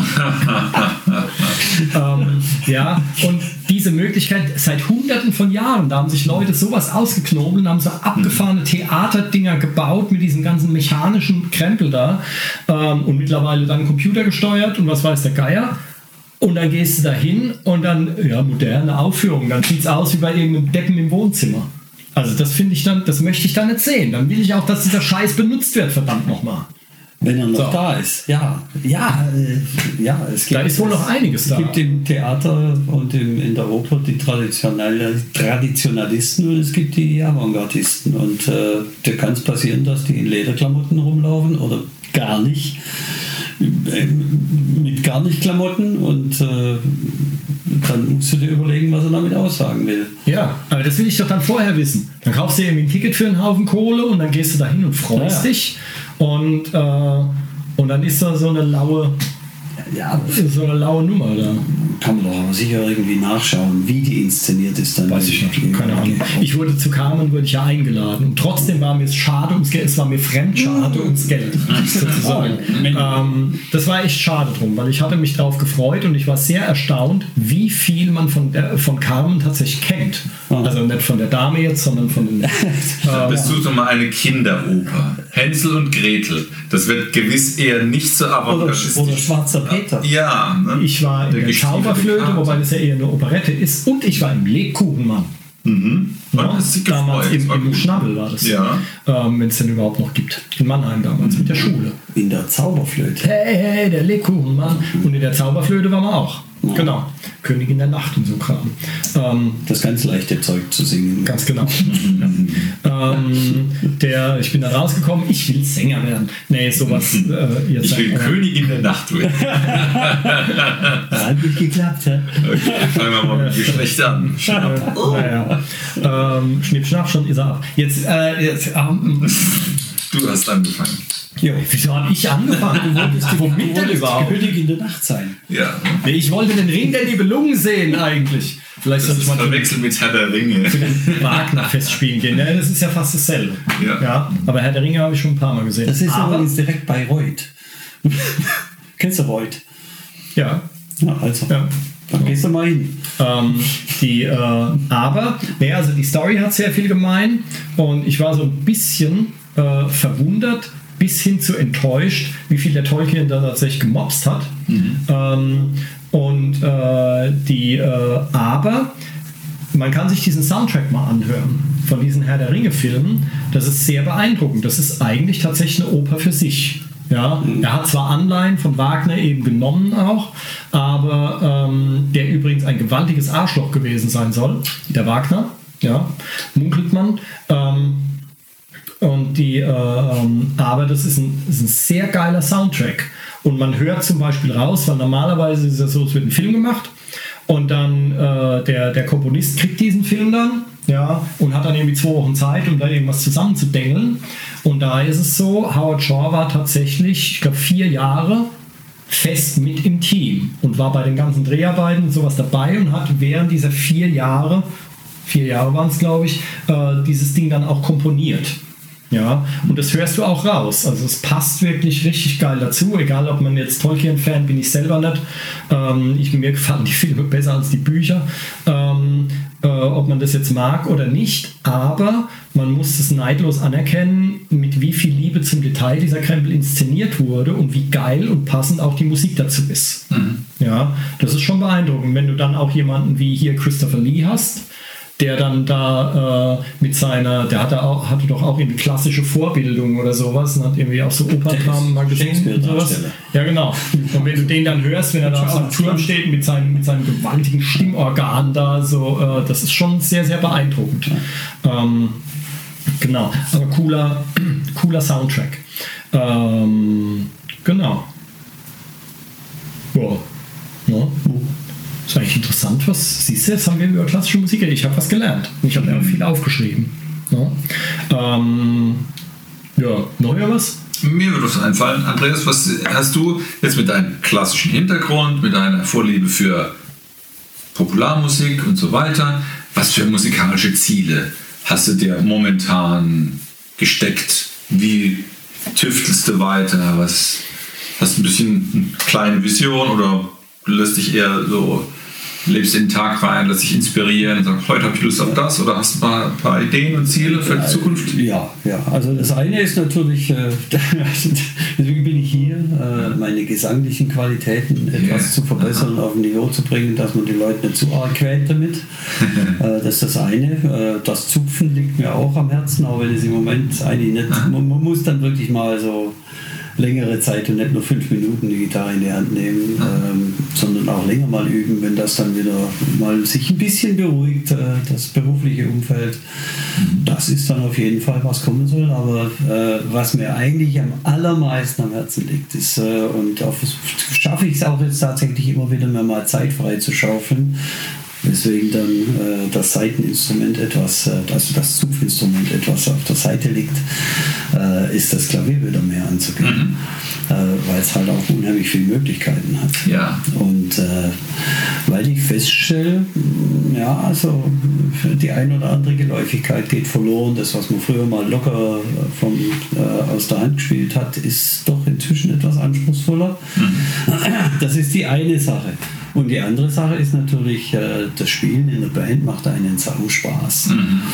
Ja, und diese Möglichkeit seit Hunderten von Jahren, da haben sich Leute sowas ausgeknobelt und haben so abgefahrene Theaterdinger gebaut mit diesem ganzen mechanischen Krempel da und mittlerweile dann computergesteuert und was weiß der Geier. Und dann gehst du da hin und dann, ja, moderne Aufführung. Dann sieht es aus wie bei irgendeinem Deppen im Wohnzimmer. Also das finde ich dann, das möchte ich dann nicht sehen. Dann will ich auch, dass dieser Scheiß benutzt wird, verdammt nochmal. Wenn er noch da ist, ja. Es gibt, da ist wohl noch einiges da. Es gibt im Theater und in der Oper die Traditionalisten und es gibt die Avantgardisten. Und da kann es passieren, dass die in Lederklamotten rumlaufen oder gar nicht. Mit gar nicht Klamotten und dann musst du dir überlegen, was er damit aussagen will. Ja, aber das will ich doch dann vorher wissen. Dann kaufst du irgendwie ein Ticket für einen Haufen Kohle und dann gehst du da hin und freust dich und dann ist da so eine laue Nummer da. Kann man doch aber sicher irgendwie nachschauen, wie die inszeniert ist. Dann weiß ich nicht, keine Ahnung. Ich wurde zu Carmen ja eingeladen und trotzdem war mir es schade ums Geld, es war mir fremd schade ums Geld, sozusagen. Das war echt schade drum, weil ich hatte mich darauf gefreut und ich war sehr erstaunt, wie viel man von Carmen tatsächlich kennt. Also nicht von der Dame jetzt, sondern von den... Besuch doch mal eine Kinderoper. Hänsel und Gretel. Das wird gewiss eher nicht so avantgardistisch. Oder Schwarzer Peter. Ja. Ne? Ich war in der Zauberflöte, wobei das ja eher eine Operette ist, und ich war im Lebkuchenmann. Ja, damals im Schnabel war das. Ja. Wenn es denn überhaupt noch gibt. In Mannheim damals mit der Schule. In der Zauberflöte. Hey, der Lebkuchenmann. Und in der Zauberflöte waren wir auch. Ja. Genau. Königin der Nacht und so Kram. Das ganz leichte Zeug zu singen. Ganz genau. Ich bin da rausgekommen, ich will Sänger werden. Nee, sowas. Jetzt ich will Königin der Nacht werden. Hat nicht geklappt, ja? Okay, fangen wir mal mit Geschlecht an. Schnipp, schnapp, schon ist er ab. Jetzt du hast angefangen. Jo, wieso habe ich angefangen? Du wolltest die überhaupt Königin der Nacht sein. Ja. Nee, ich wollte den Ring der Nibelungen sehen eigentlich. Vielleicht das ist verwechselt mit Herr der Ringe. Zu den Wagner-Festspielen gehen. Ja, das ist ja fast dasselbe. Ja. Aber Herr der Ringe habe ich schon ein paar Mal gesehen. Das ist übrigens direkt bei Reut. Kennst du Reut? Ja. Also. Ja. Dann gehst du mal hin. Die Story hat sehr viel gemein und ich war so ein bisschen verwundert, bis hin zu enttäuscht, wie viel der Tolkien da tatsächlich gemobst hat. Aber man kann sich diesen Soundtrack mal anhören von diesen Herr der Ringe-Filmen. Das ist sehr beeindruckend. Das ist eigentlich tatsächlich eine Oper für sich. Ja, er hat zwar Anleihen von Wagner eben genommen auch, aber der übrigens ein gewaltiges Arschloch gewesen sein soll, der Wagner, ja, munkelt man. Aber das ist ein sehr geiler Soundtrack. Und man hört zum Beispiel raus, weil normalerweise ist es so, es wird ein Film gemacht und dann der Komponist kriegt diesen Film dann, ja, und hat dann irgendwie 2 Wochen Zeit, um da irgendwas zusammenzudengeln. Und da ist es so, Howard Shore war tatsächlich, ich glaube, 4 Jahre fest mit im Team und war bei den ganzen Dreharbeiten und sowas dabei und hat während dieser 4 Jahre waren es, glaube ich, dieses Ding dann auch komponiert. Ja, und das hörst du auch raus. Also es passt wirklich richtig geil dazu, egal ob man jetzt Tolkien-Fan bin ich selber nicht. Mir gefallen die Filme besser als die Bücher. Ob man das jetzt mag oder nicht, aber man muss es neidlos anerkennen, mit wie viel Liebe zum Detail dieser Krempel inszeniert wurde und wie geil und passend auch die Musik dazu ist. Ja, das ist schon beeindruckend, wenn du dann auch jemanden wie hier Christopher Lee hast, der dann da der hatte doch auch irgendwie klassische Vorbildung oder sowas und hat irgendwie auch so Operndramen mal gesehen und sowas. Ja, genau. Und wenn du den dann hörst, wenn er da auf seinem Turm steht mit seinem gewaltigen Stimmorgan da, so, das ist schon sehr, sehr beeindruckend. Genau, aber cooler Soundtrack. Genau. Wow. Ja. Das ist eigentlich interessant, was siehst du, jetzt haben wir über klassische Musik, ich habe was gelernt. Ich habe mir auch viel aufgeschrieben. Ja, noch irgendwas? Mir würde was einfallen. Andreas, was hast du jetzt mit deinem klassischen Hintergrund, mit deiner Vorliebe für Popularmusik und so weiter, was für musikalische Ziele hast du dir momentan gesteckt? Wie tüftelst du weiter? Was hast du ein bisschen eine kleine Vision oder lässt dich eher so lebst in den Tag rein, lässt dich inspirieren und sagst, heute habe ich Lust auf das, oder hast du ein paar Ideen und Ziele für die Zukunft? Ja, also das eine ist natürlich, deswegen bin ich hier, meine gesanglichen Qualitäten etwas zu verbessern und auf ein Niveau zu bringen, dass man die Leute nicht zu arg quält damit. Das ist das eine. Das Zupfen liegt mir auch am Herzen, auch wenn es im Moment eigentlich nicht, man muss dann wirklich mal so längere Zeit und nicht nur 5 Minuten die Gitarre in die Hand nehmen, sondern auch länger mal üben, wenn das dann wieder mal sich ein bisschen beruhigt, das berufliche Umfeld. Das ist dann auf jeden Fall, was kommen soll. Aber was mir eigentlich am allermeisten am Herzen liegt, ist, und auch schaffe ich es auch jetzt tatsächlich immer wieder mir mal Zeit frei zu schaufeln, weswegen dann das Saiteninstrument etwas, also das Zupfinstrument etwas auf der Seite liegt, ist das Klavier wieder mehr anzugehen, weil es halt auch unheimlich viele Möglichkeiten hat. Ja. Und weil ich feststelle, ja, also die ein oder andere Geläufigkeit geht verloren. Das, was man früher mal locker aus der Hand gespielt hat, ist doch inzwischen etwas anspruchsvoller. Das ist die eine Sache. Und die andere Sache ist natürlich, das Spielen in der Band macht einen sau Spaß.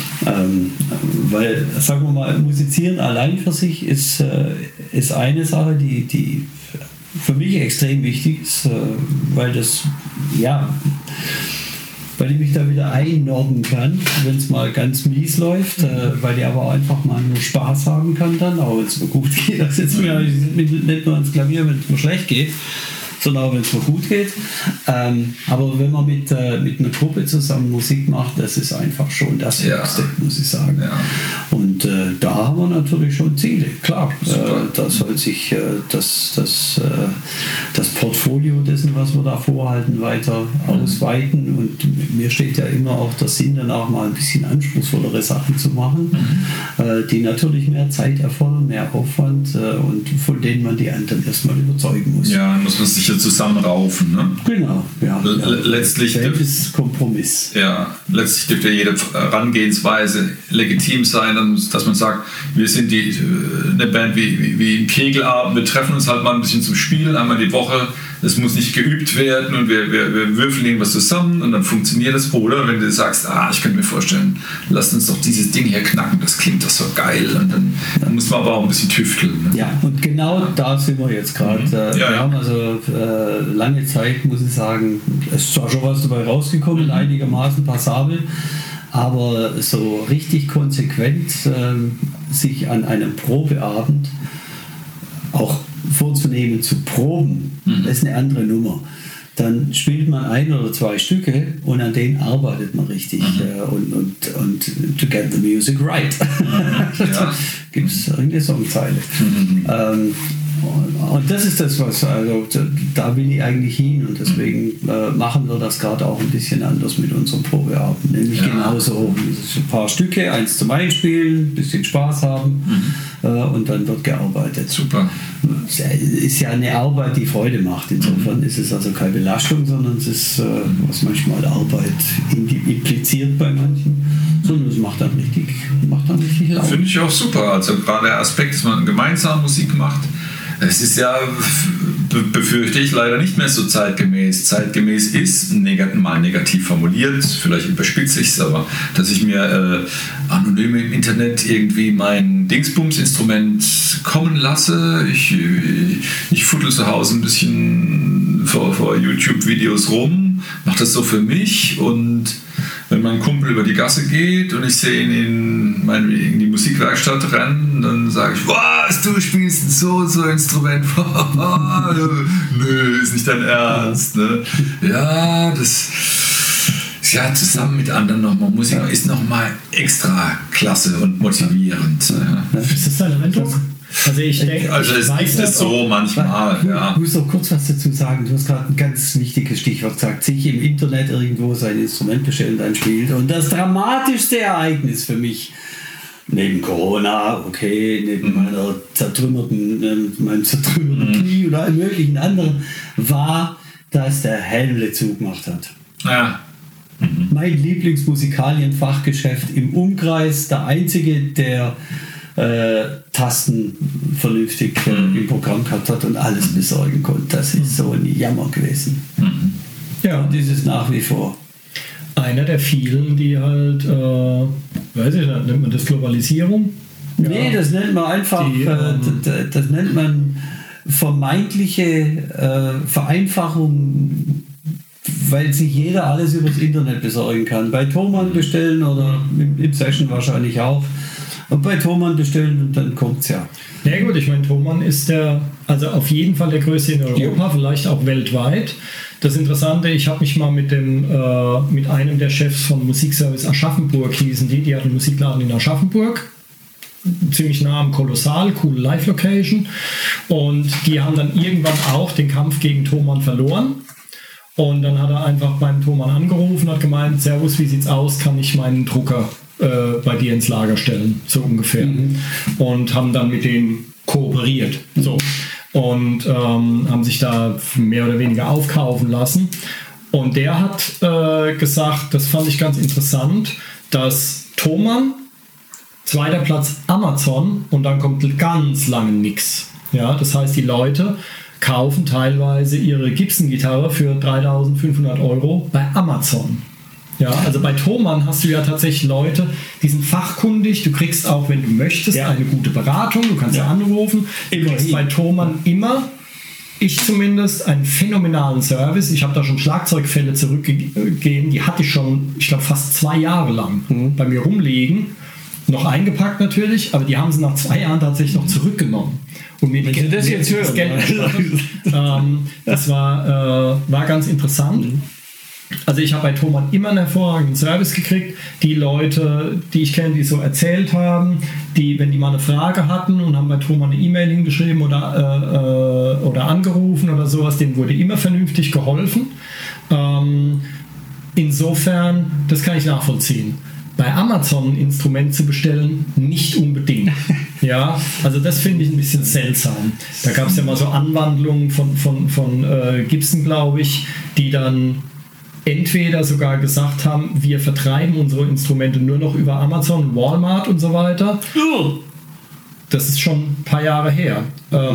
Weil, sagen wir mal, Musizieren allein für sich ist eine Sache, die für mich extrem wichtig ist, weil das, ja, weil ich mich da wieder einnorden kann, wenn es mal ganz mies läuft, weil ich aber einfach mal nur Spaß haben kann dann, auch wenn es mir gut geht. Das setzt mir nicht nur ans Klavier, wenn es mir schlecht geht, sondern auch wenn es mir gut geht. Aber wenn man mit einer Gruppe zusammen Musik macht, das ist einfach schon das Höchste, muss ich sagen. Ja. Und da haben wir natürlich schon Ziele, klar. Da soll sich das Portfolio dessen, was wir da vorhalten, weiter ausweiten. Und mir steht ja immer auch der Sinn, dann auch mal ein bisschen anspruchsvollere Sachen zu machen, die natürlich mehr Zeit erfordern, mehr Aufwand und von denen man die anderen erstmal überzeugen muss. Ja, muss man sich ja zusammenraufen. Ne? Genau, ja. Letztlich ist Kompromiss. Ja, letztlich dürfte jede Herangehensweise legitim sein, dass man sagt, wir sind eine Band wie ein Kegelabend, wir treffen uns halt mal ein bisschen zum Spielen, einmal die Woche, es muss nicht geübt werden und wir würfeln irgendwas zusammen und dann funktioniert das. Oder wenn du sagst, ich könnte mir vorstellen, lasst uns doch dieses Ding hier knacken, das klingt doch so geil, und dann muss man aber auch ein bisschen tüfteln. Ne? Ja, und genau da sind wir jetzt gerade. Wir haben also lange Zeit, muss ich sagen, es ist zwar schon was dabei rausgekommen, einigermaßen passabel, aber so richtig konsequent sich an einem Probeabend auch vorzunehmen, zu proben, das ist eine andere Nummer. Dann spielt man 1 oder 2 Stücke und an denen arbeitet man richtig und to get the music right. Gibt es irgendeine Songzeile. Und das ist das, was, also da will ich eigentlich hin, und deswegen machen wir das gerade auch ein bisschen anders mit unserem Probeabend. Nämlich genauso ein paar Stücke, 1 zum Einspielen, ein bisschen Spaß haben und dann wird gearbeitet. Super. Es ist ja eine Arbeit, die Freude macht. Insofern ist es also keine Belastung, sondern es ist, was manchmal Arbeit impliziert bei manchen, sondern es macht dann richtig laut. Finde ich auch super. Also gerade der Aspekt, dass man gemeinsam Musik macht, es ist ja, befürchte ich, leider nicht mehr so zeitgemäß. Zeitgemäß ist, mal negativ formuliert, vielleicht überspitze ich es, aber dass ich mir anonym im Internet irgendwie mein Dingsbums-Instrument kommen lasse. Ich fuddel zu Hause ein bisschen vor YouTube-Videos rum, mache das so für mich, und wenn mein Kumpel über die Gasse geht und ich sehe ihn in die Musikwerkstatt rennen, dann sage ich, was, du spielst so Instrument? Nö, ist nicht dein Ernst. Ne? Ja, zusammen mit anderen nochmal Musik ist nochmal extra klasse und motivierend. Ist das dein Eindruck? Also ich denke, es ist so manchmal. Ich muss noch kurz was dazu sagen. Du hast gerade ein ganz wichtiges Stichwort gesagt. Sich im Internet irgendwo sein Instrument bestellen und dann spielt. Und das dramatischste Ereignis für mich, neben Corona, neben meinem zertrümmerten Knie oder allen möglichen anderen, war, dass der Helmle zugemacht hat. Ja. Mein Lieblingsmusikalienfachgeschäft im Umkreis, der einzige, der Tasten vernünftig im Programm gehabt hat und alles besorgen konnte. Das ist so ein Jammer gewesen. Ja. Und das ist nach wie vor. Einer der vielen, die halt, weiß ich nicht, nennt man das Globalisierung? Nee, das nennt man einfach, das nennt man vermeintliche Vereinfachung, weil sich jeder alles übers Internet besorgen kann. Bei Thomann bestellen oder im Session wahrscheinlich auch. Und bei Thomann bestellen und dann kommt's ja. Ja gut, ich meine, Thomann ist also auf jeden Fall der größte in Europa, vielleicht auch weltweit. Das Interessante, ich habe mich mal mit einem der Chefs von Musikservice Aschaffenburg, hießen die hatten einen Musikladen in Aschaffenburg, ziemlich nah am Kolossal, coole Live-Location, und die haben dann irgendwann auch den Kampf gegen Thomann verloren. Und dann hat er einfach beim Thomann angerufen und hat gemeint, Servus, wie sieht's aus, kann ich meinen Drucker bei dir ins Lager stellen, so ungefähr. Und haben dann mit denen kooperiert. So. Und haben sich da mehr oder weniger aufkaufen lassen. Und der hat gesagt, das fand ich ganz interessant, dass Thomann, zweiter Platz Amazon, und dann kommt ganz lange nichts. Ja, das heißt, die Leute kaufen teilweise ihre Gibson-Gitarre für 3.500 € bei Amazon. Ja, also bei Thomann hast du ja tatsächlich Leute, die sind fachkundig, du kriegst auch, wenn du möchtest, eine gute Beratung, du kannst ja anrufen, du kriegst bei Thomann immer, ich zumindest, einen phänomenalen Service. Ich habe da schon Schlagzeugfälle zurückgegeben, die hatte ich schon, ich glaube, fast 2 Jahre lang bei mir rumliegen, noch eingepackt natürlich, aber die haben sie nach 2 Jahren tatsächlich noch zurückgenommen. Und mir wenn Sie das jetzt hören, das war ganz interessant. Also ich habe bei Thomann immer einen hervorragenden Service gekriegt. Die Leute, die ich kenne, die so erzählt haben, wenn die mal eine Frage hatten und haben bei Thomann eine E-Mail hingeschrieben oder angerufen oder sowas, denen wurde immer vernünftig geholfen. Insofern, das kann ich nachvollziehen. Bei Amazon ein Instrument zu bestellen, nicht unbedingt. Ja, also das finde ich ein bisschen seltsam. Da gab es ja mal so Anwandlungen von Gibson, glaube ich, die dann entweder sogar gesagt haben, wir vertreiben unsere Instrumente nur noch über Amazon, Walmart und so weiter. Das ist schon ein paar Jahre her.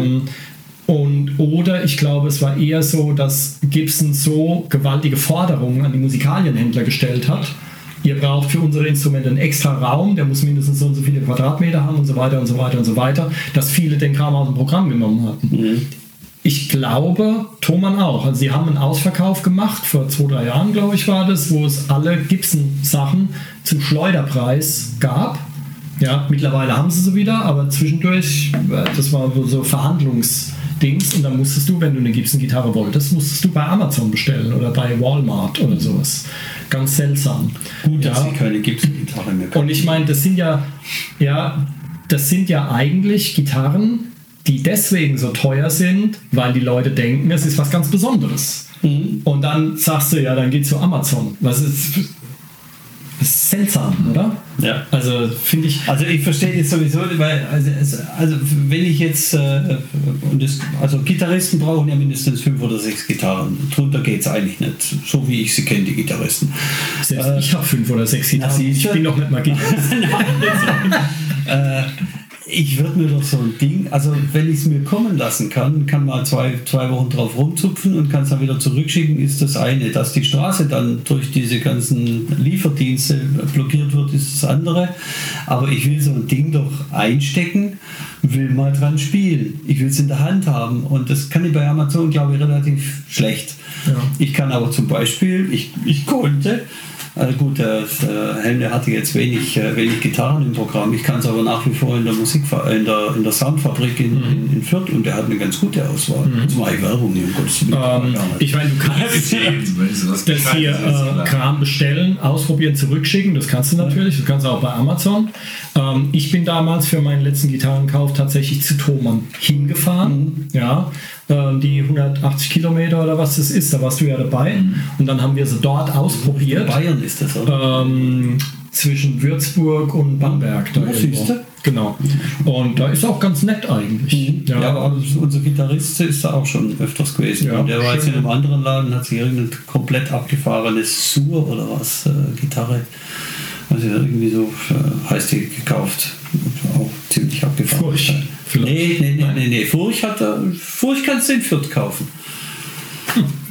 Oder ich glaube, es war eher so, dass Gibson so gewaltige Forderungen an die Musikalienhändler gestellt hat. Ihr braucht für unsere Instrumente einen extra Raum, der muss mindestens so und so viele Quadratmeter haben und so weiter und so weiter und so weiter, dass viele den Kram aus dem Programm genommen hatten. Ich glaube, Thomann auch. Also sie haben einen Ausverkauf gemacht, vor 2-3 Jahren, glaube ich, war das, wo es alle Gibson-Sachen zum Schleuderpreis gab. Ja, mittlerweile haben sie sie wieder, aber zwischendurch, das war so Verhandlungsdings, und dann musstest du, wenn du eine Gibson-Gitarre wolltest, musstest du bei Amazon bestellen oder bei Walmart oder sowas. Ganz seltsam. Gut, dass sie keine Gibson-Gitarre mehr können. Und ich meine, das sind ja eigentlich Gitarren, die deswegen so teuer sind, weil die Leute denken, es ist was ganz Besonderes. Und dann sagst du, ja, dann geh zu Amazon. Das ist seltsam, oder? Ja. Also finde ich... Also ich verstehe jetzt sowieso, weil also wenn ich jetzt... also Gitarristen brauchen ja mindestens 5 oder 6 Gitarren. Drunter geht es eigentlich nicht. So wie ich sie kenne, die Gitarristen. Selbst ich habe 5 oder 6 Gitarren. Ich bin noch nicht mal Gitarrist. Ich würde mir doch so ein Ding, also wenn ich es mir kommen lassen kann mal 2 Wochen drauf rumzupfen und kann es dann wieder zurückschicken, ist das eine. Dass die Straße dann durch diese ganzen Lieferdienste blockiert wird, ist das andere. Aber ich will so ein Ding doch einstecken, will mal dran spielen. Ich will es in der Hand haben, und das kann ich bei Amazon, glaube ich, relativ schlecht. Ja. Ich kann aber zum Beispiel, ich konnte... Also gut, der Helmle hatte jetzt wenig Gitarren im Programm. Ich kann es aber nach wie vor in der in der Soundfabrik in Fürth, und der hat eine ganz gute Auswahl. Jetzt mache ich Werbung hier, um Gottes Willen. Ich meine, du kannst das hier Kram bestellen, ausprobieren, zurückschicken. Das kannst du natürlich. Das kannst du auch bei Amazon. Ich bin damals für meinen letzten Gitarrenkauf tatsächlich zu Thomann hingefahren. Ja. Die 180 Kilometer oder was das ist, da warst du ja dabei. Und dann haben wir sie dort ausprobiert. In Bayern ist das, oder? Zwischen Würzburg und Bamberg. Da genau. Und da ist auch ganz nett eigentlich. Ja, aber unser Gitarrist ist da auch schon öfters gewesen. Ja, der war jetzt in einem anderen Laden, hat sich irgendein komplett abgefahrenes Sur oder was, Gitarre, also irgendwie so heißt die, gekauft. Auch ziemlich abgefahren. Furcht. Nee. Furcht kannst du in Fürth kaufen.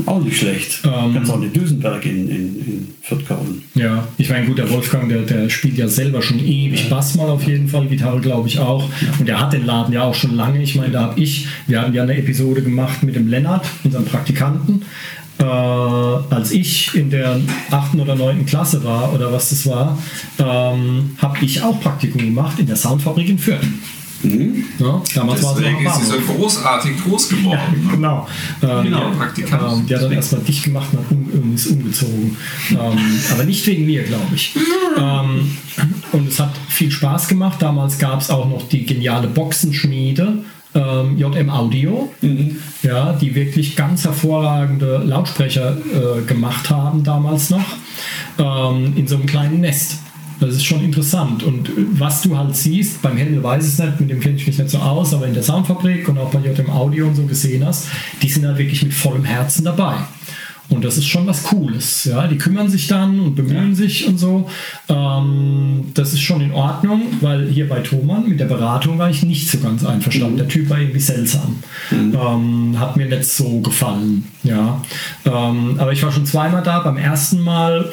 Auch nicht schlecht. Kannst auch den Duesenberg in Fürth kaufen. Ja, ich meine, gut, der Wolfgang, der spielt ja selber schon ewig Bass mal auf jeden Fall, Gitarre glaube ich auch. Ja. Und der hat den Laden ja auch schon lange. Ich meine, wir hatten ja eine Episode gemacht mit dem Lennart, unserem Praktikanten. Als ich in der 8. oder 9. Klasse war, oder was das war, habe ich auch Praktikum gemacht in der Soundfabrik in Fürth. Ja, damals deswegen war es ist sie so großartig groß geworden. Ja, genau. Praktikant. Die hat dann erstmal dicht gemacht und ist umgezogen. Aber nicht wegen mir, glaube ich. Und es hat viel Spaß gemacht. Damals gab es auch noch die geniale Boxenschmiede. JM Audio, ja, die wirklich ganz hervorragende Lautsprecher gemacht haben damals noch, in so einem kleinen Nest. Das ist schon interessant. Und was du halt siehst, beim Händel weiß ich es nicht, mit dem kenne ich mich nicht so aus, aber in der Soundfabrik und auch bei JM Audio und so gesehen hast, die sind halt wirklich mit vollem Herzen dabei. Und das ist schon was Cooles. Ja? Die kümmern sich dann und bemühen sich und so. Das ist schon in Ordnung, weil hier bei Thomann mit der Beratung war ich nicht so ganz einverstanden. Der Typ war irgendwie seltsam. Hat mir nicht so gefallen. Ja? Aber ich war schon zweimal da. Beim ersten Mal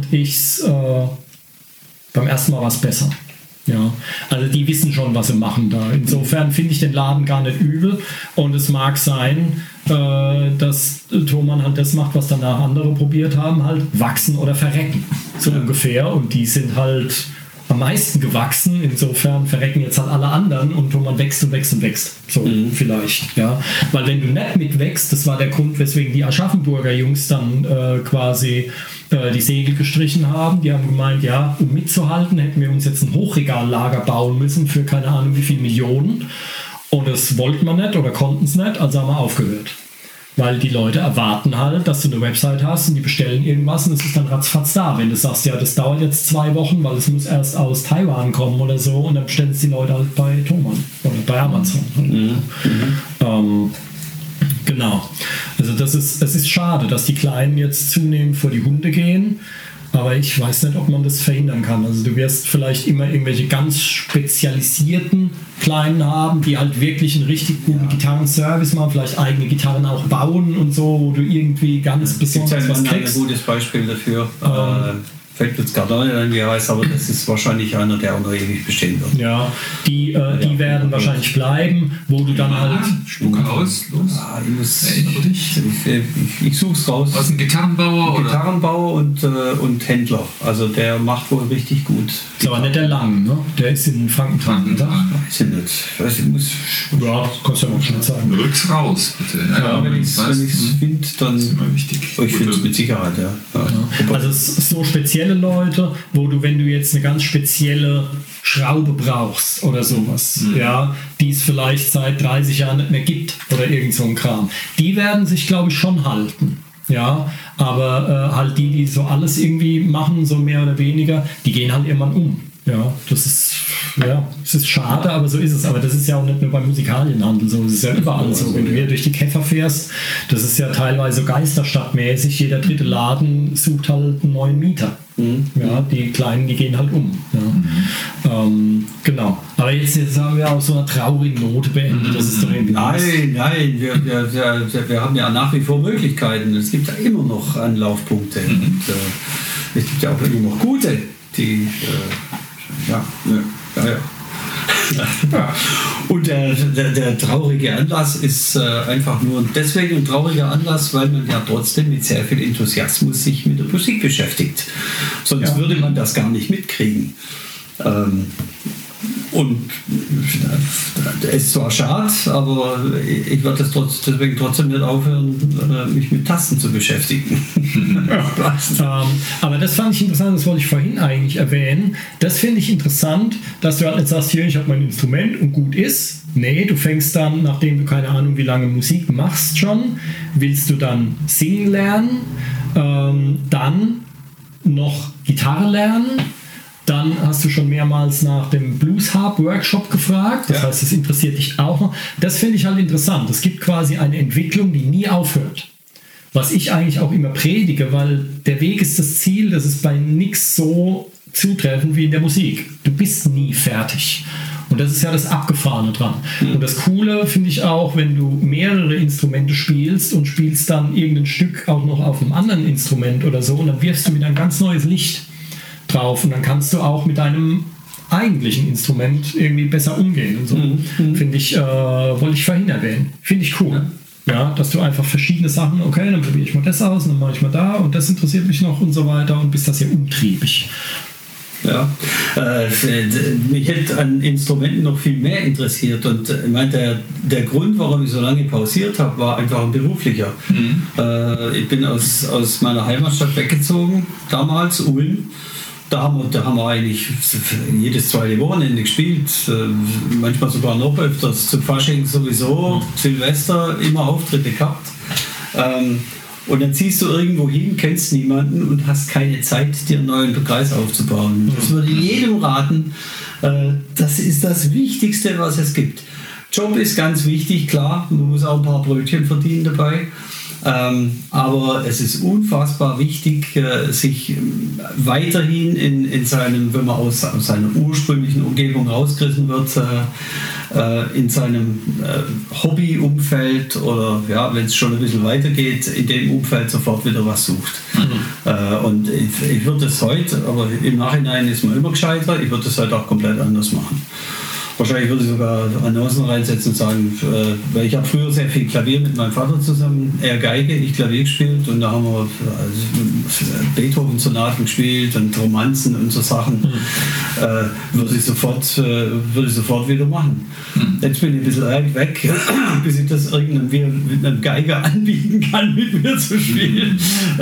war es besser. Ja, also die wissen schon, was sie machen da. Insofern finde ich den Laden gar nicht übel und es mag sein, dass Thomann halt das macht, was danach andere probiert haben, halt wachsen oder verrecken, so ungefähr, und die sind halt am meisten gewachsen, insofern verrecken jetzt halt alle anderen und Thomann wächst und wächst und wächst, so vielleicht, ja, weil wenn du nicht mitwächst, das war der Grund, weswegen die Aschaffenburger Jungs dann quasi die Segel gestrichen haben. Die haben gemeint, ja, um mitzuhalten, hätten wir uns jetzt ein Hochregallager bauen müssen für keine Ahnung wie viele Millionen. Und das wollten wir nicht oder konnten es nicht, also haben wir aufgehört. Weil die Leute erwarten halt, dass du eine Website hast und die bestellen irgendwas und es ist dann ratzfatz da. Wenn du sagst, ja, das dauert jetzt 2 Wochen, weil es muss erst aus Taiwan kommen oder so, und dann bestellen es die Leute halt bei Thomann oder bei Amazon. Genau. Also es ist schade, dass die Kleinen jetzt zunehmend vor die Hunde gehen, aber ich weiß nicht, ob man das verhindern kann. Also du wirst vielleicht immer irgendwelche ganz spezialisierten Kleinen haben, die halt wirklich einen richtig guten Gitarrenservice machen, vielleicht eigene Gitarren auch bauen und so, wo du irgendwie ganz besonders was kriegst. Ein gutes Beispiel dafür. Fällt jetzt gar nicht ein, wie er heißt, aber das ist wahrscheinlich einer, der auch noch ewig bestehen wird. Ja, die werden wahrscheinlich bleiben, wo du dann halt... Spuck aus, los. Ah, erinnere dich. Ich such's raus. Was, ein Gitarrenbauer? Ein Gitarrenbauer und Händler. Also der macht wohl richtig gut. Ist aber nicht der Lang, ne? Der ist in Frankenthal, oder? Weiß ich nicht. Ja, kannst du ja auch schon sagen. Rück's raus, bitte. Ja, wenn ich es finde, dann... Das ist immer wichtig. Ich finde es mit Sicherheit, ja. Also es ist so spezielle Leute, wo du, wenn du jetzt eine ganz spezielle Schraube brauchst oder sowas, ja, die es vielleicht seit 30 Jahren nicht mehr gibt oder irgend so ein Kram, die werden sich, glaube ich, schon halten. Ja, aber halt die so alles irgendwie machen, so mehr oder weniger, die gehen halt irgendwann um. Ja, es ist schade, aber so ist es. Aber das ist ja auch nicht nur beim Musikalienhandel so, das ist ja überall so. Wenn du hier durch die Käfer fährst, das ist ja teilweise geisterstadtmäßig, jeder dritte Laden sucht halt einen neuen Mieter. Ja, die Kleinen, die gehen halt um. Ja. Genau. Aber jetzt haben wir auch so eine traurige Note beendet. Das ist doch irgendwie Nein, wir haben ja nach wie vor Möglichkeiten. Es gibt ja immer noch Anlaufpunkte. Und, es gibt ja auch immer noch gute, die ja. Und der traurige Anlass ist einfach nur deswegen ein trauriger Anlass, weil man ja trotzdem mit sehr viel Enthusiasmus sich mit der Musik beschäftigt. Sonst würde man das gar nicht mitkriegen. Und es ist zwar schade, aber ich werde deswegen trotzdem nicht aufhören, mich mit Tasten zu beschäftigen. Aber das fand ich interessant, das wollte ich vorhin eigentlich erwähnen. Das finde ich interessant, dass du halt nicht sagst, hier, ich habe mein Instrument und gut ist. Nee, du fängst dann, nachdem du keine Ahnung wie lange Musik machst schon, willst du dann singen lernen, dann noch Gitarre lernen. Dann hast du schon mehrmals nach dem Blues Harp Workshop gefragt. Das heißt, es interessiert dich auch noch. Das finde ich halt interessant. Es gibt quasi eine Entwicklung, die nie aufhört. Was ich eigentlich auch immer predige, weil der Weg ist das Ziel. Das ist bei nichts so zutreffend wie in der Musik. Du bist nie fertig. Und das ist ja das Abgefahrene dran. Und das Coole finde ich auch, wenn du mehrere Instrumente spielst und spielst dann irgendein Stück auch noch auf einem anderen Instrument oder so und dann wirfst du wieder ein ganz neues Licht drauf und dann kannst du auch mit deinem eigentlichen Instrument irgendwie besser umgehen und so. Finde ich, wollte ich vorhin erwähnen. Finde ich cool. Ja, dass du einfach verschiedene Sachen, okay, dann probiere ich mal das aus und dann mache ich mal da und das interessiert mich noch und so weiter und bist das sehr umtriebig. Ja, mich hätte an Instrumenten noch viel mehr interessiert und ich meine, der Grund, warum ich so lange pausiert habe, war einfach ein beruflicher. Ich bin aus meiner Heimatstadt weggezogen, damals, Ulm. Da haben wir eigentlich jedes zweite Wochenende gespielt, manchmal sogar noch öfters, zu Fasching sowieso, Silvester, immer Auftritte gehabt. Und dann ziehst du irgendwo hin, kennst niemanden und hast keine Zeit, dir einen neuen Kreis aufzubauen. Das würde ich jedem raten. Das ist das Wichtigste, was es gibt. Job ist ganz wichtig, klar. Man muss auch ein paar Brötchen verdienen dabei. Aber es ist unfassbar wichtig, sich weiterhin in seinem, wenn man aus seiner ursprünglichen Umgebung rausgerissen wird, in seinem Hobbyumfeld oder ja, wenn es schon ein bisschen weitergeht, in dem Umfeld sofort wieder was sucht. Und ich würde das heute, aber im Nachhinein ist man immer gescheiter, ich würde das heute auch komplett anders machen. Wahrscheinlich würde ich sogar Annoncen reinsetzen und sagen, weil ich habe früher sehr viel Klavier mit meinem Vater zusammen, er Geige, ich Klavier gespielt und da haben wir Beethoven-Sonaten gespielt und Romanzen und so Sachen. Würde ich sofort wieder machen. Jetzt bin ich ein bisschen weg, bis ich das irgendeinem Geiger anbieten kann, mit mir zu spielen.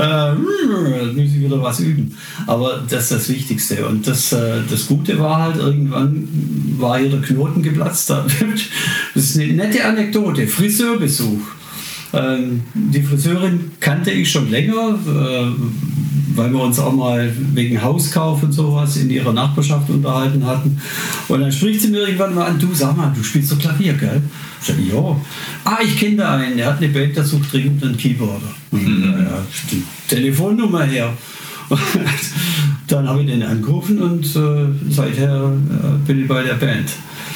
Muss ich wieder was üben. Aber das ist das Wichtigste. Und das Gute war halt, irgendwann war hier der Knoten geplatzt. Das ist eine nette Anekdote. Friseurbesuch. Die Friseurin kannte ich schon länger, weil wir uns auch mal wegen Hauskauf und sowas in ihrer Nachbarschaft unterhalten hatten. Und dann spricht sie mir irgendwann mal an, du sag mal, du spielst doch Klavier, gell? Ich sage, ja. Ich kenne da einen, der hat eine Band, der sucht dringend einen Keyboarder. Ja, die Telefonnummer her. Dann habe ich den angerufen und seither bin ich bei der Band.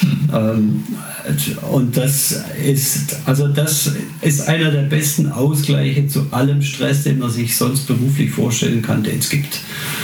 Und das ist einer der besten Ausgleiche zu allem Stress, den man sich sonst beruflich vorstellen kann, den es gibt.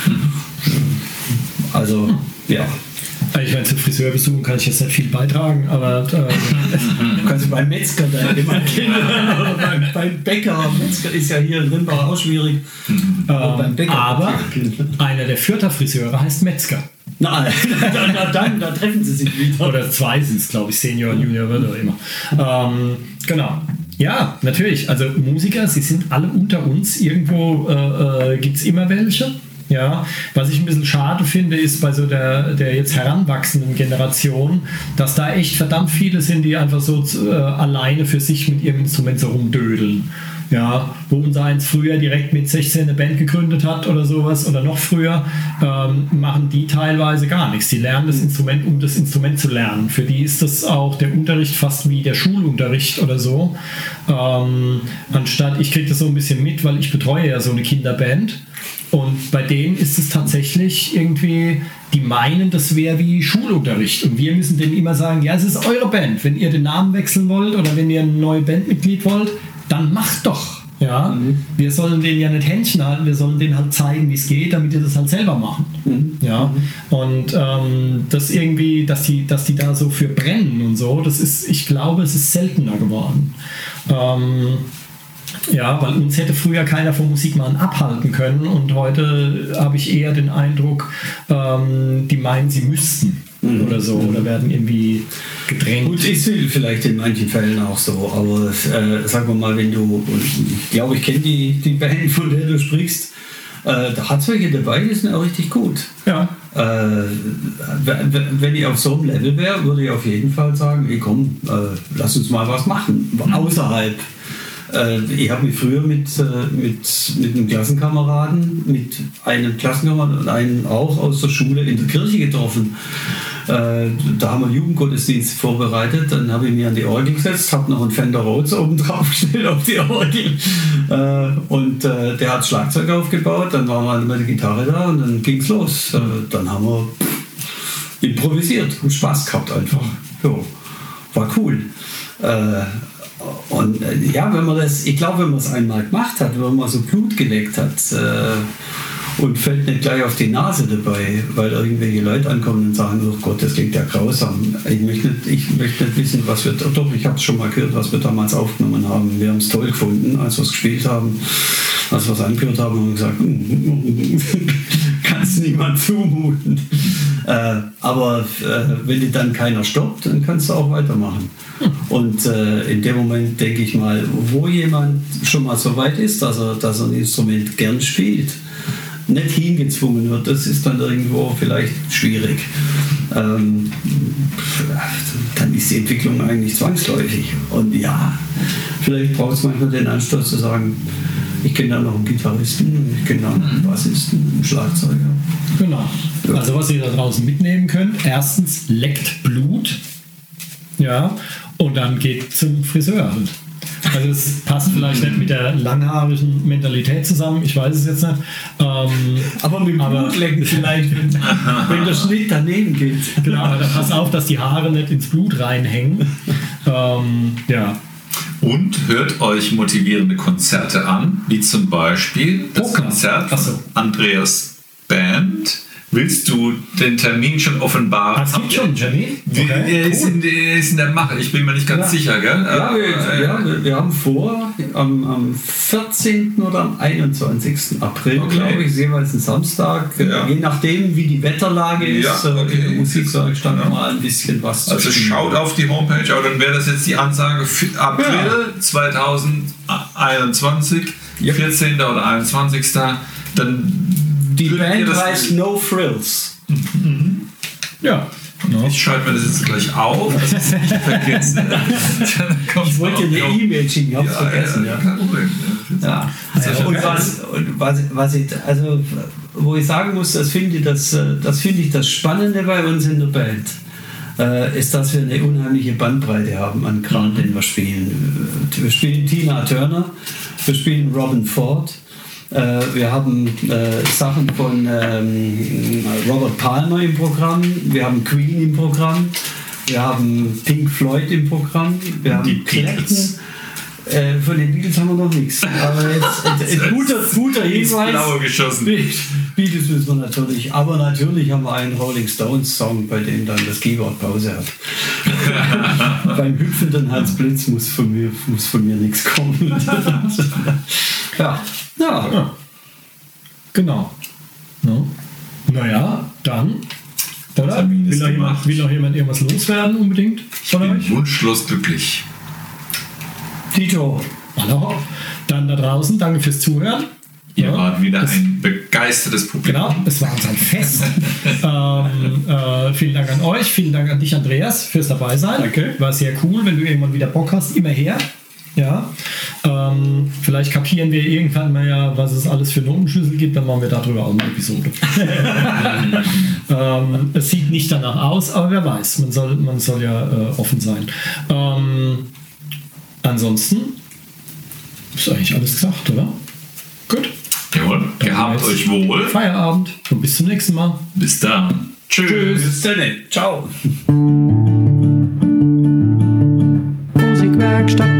Also, ja. Ich meine, zum Friseur besuchen kann ich jetzt nicht viel beitragen, aber du kannst beim Metzger da immer oder beim Bäcker. Metzger ist ja hier in Rimbach auch schwierig. Beim Bäcker aber einer der Fürther Friseure heißt Metzger. Nein, da treffen sie sich wieder. Oder zwei sind es, glaube ich, Senior und Junior, oder immer. Genau. Ja, natürlich. Also Musiker, sie sind alle unter uns. Irgendwo gibt es immer welche. Ja, was ich ein bisschen schade finde, ist bei so der jetzt heranwachsenden Generation, dass da echt verdammt viele sind, die einfach so alleine für sich mit ihrem Instrument so rumdödeln. Ja, wo unser eins früher direkt mit 16 eine Band gegründet hat oder sowas oder noch früher, machen die teilweise gar nichts. Die lernen das Instrument, um das Instrument zu lernen. Für die ist das auch der Unterricht fast wie der Schulunterricht oder so. Anstatt, ich kriege das so ein bisschen mit, weil ich betreue ja so eine Kinderband. Und bei denen ist es tatsächlich irgendwie, die meinen, das wäre wie Schulunterricht. Und wir müssen denen immer sagen, ja, es ist eure Band. Wenn ihr den Namen wechseln wollt oder wenn ihr ein neues Bandmitglied wollt, dann macht doch. Ja? Wir sollen denen ja nicht Händchen halten, wir sollen denen halt zeigen, wie es geht, damit die das halt selber machen. Ja? Und das irgendwie, dass die da so für brennen und so, das ist, ich glaube, es ist seltener geworden. Ja, weil uns hätte früher keiner vom Musikmachen abhalten können und heute habe ich eher den Eindruck, die meinen, sie müssten oder so oder werden irgendwie gedrängt. Gut, ist vielleicht in manchen Fällen auch so, aber sagen wir mal, wenn du, ich glaube, ich kenne die Band, von der du sprichst, da hat es welche dabei, die sind auch richtig gut. Ja. Wenn ich auf so einem Level wäre, würde ich auf jeden Fall sagen, hey, komm, lass uns mal was machen, außerhalb. Ich habe mich früher mit einem Klassenkameraden, mit einem Klassenkameraden und einen auch aus der Schule in der Kirche getroffen. Da haben wir Jugendgottesdienst vorbereitet, dann habe ich mich an die Orgel gesetzt, habe noch einen Fender Rhodes oben drauf gestellt auf die Orgel und der hat Schlagzeug aufgebaut, dann waren wir mit der Gitarre da und dann ging es los. Dann haben wir improvisiert und Spaß gehabt einfach. Jo, war cool. Und ja, wenn man das, ich glaube, wenn man es einmal gemacht hat, wenn man so Blut geleckt hat und fällt nicht gleich auf die Nase dabei, weil irgendwelche Leute ankommen und sagen, oh Gott, das klingt ja grausam. Ich möchte nicht wissen, was wir, doch, ich habe es schon mal gehört, was wir damals aufgenommen haben. Wir haben es toll gefunden, als wir es gespielt haben, als wir es angehört haben, haben wir gesagt, kannst niemand zumuten. Aber wenn dir dann keiner stoppt, dann kannst du auch weitermachen. Und in dem Moment denke ich mal, wo jemand schon mal so weit ist, dass er ein Instrument gern spielt, nicht hingezwungen wird, das ist dann irgendwo vielleicht schwierig. Dann ist die Entwicklung eigentlich zwangsläufig. Und ja, vielleicht braucht es manchmal den Anstoß zu sagen, ich kenne da noch einen Gitarristen, ich kenne da noch einen Bassisten, einen Schlagzeuger. Genau. Also was ihr da draußen mitnehmen könnt, erstens leckt Blut, ja, und dann geht zum Friseur halt. Also es passt vielleicht nicht mit der langhaarigen Mentalität zusammen, ich weiß es jetzt nicht. Aber mit Blutlecken vielleicht, wenn der Schnitt daneben geht. Genau, aber da pass auf, dass die Haare nicht ins Blut reinhängen. Ja. Und hört euch motivierende Konzerte an, wie zum Beispiel das Konzert von Andreas Band. Willst du den Termin schon offenbaren? Es gibt schon einen Termin? Okay, er ist in der Mache, ich bin mir nicht ganz sicher, gell? Wir haben vor, am 14. oder am 21. April, glaube ich, jeweils ein Samstag, je nachdem, wie die Wetterlage ist, in der Musikwerkstatt mal ein bisschen was zu Also spielen. schaut auf die Homepage, aber dann wäre das jetzt die Ansage für April 2021, 14. oder 21. Dann die Band heißt No Frills. Ja. No. Ich schreibe mir das jetzt gleich auf, dass ich es nicht vergesse. Ich wollte dir eine E-Mail schicken, ich habe es vergessen. Ja. Kein Problem. Ja. Und was ich, also, wo ich sagen muss, das finde ich das Spannende bei uns in der Band, ist, dass wir eine unheimliche Bandbreite haben an Kram, den wir spielen. Wir spielen Tina Turner, wir spielen Robin Ford, wir haben Sachen von Robert Palmer im Programm, wir haben Queen im Programm, wir haben Pink Floyd im Programm, wir haben Clapton. Von den Beatles haben wir noch nichts. Aber jetzt guter Hinweis. Blaue geschossen. Beatles müssen wir natürlich. Aber natürlich haben wir einen Rolling Stones Song, bei dem dann das Keyboard Pause hat. Beim hüpfenden Hans Blitz muss von mir nichts kommen. Ja. Genau. No. Naja, dann. Oder? Will noch jemand irgendwas loswerden unbedingt? Ich bin wunschlos glücklich. Tito. Hallo. Dann da draußen, danke fürs Zuhören. Ihr wart wieder ein begeistertes Publikum. Genau, es war uns ein Fest. Vielen Dank an euch, vielen Dank an dich, Andreas, fürs Dabeisein. Danke. War sehr cool, wenn du irgendwann wieder Bock hast, immer her. Ja. Vielleicht kapieren wir irgendwann mal ja, was es alles für Notenschlüssel gibt, dann machen wir darüber auch eine Episode. Es sieht nicht danach aus, aber wer weiß, man soll ja offen sein. Ansonsten ist eigentlich alles gesagt, oder? Gut. Jawohl. Gehabt euch wohl. Feierabend und bis zum nächsten Mal. Bis dann. Tschüss. Bis dann. Ciao. Musikwerkstatt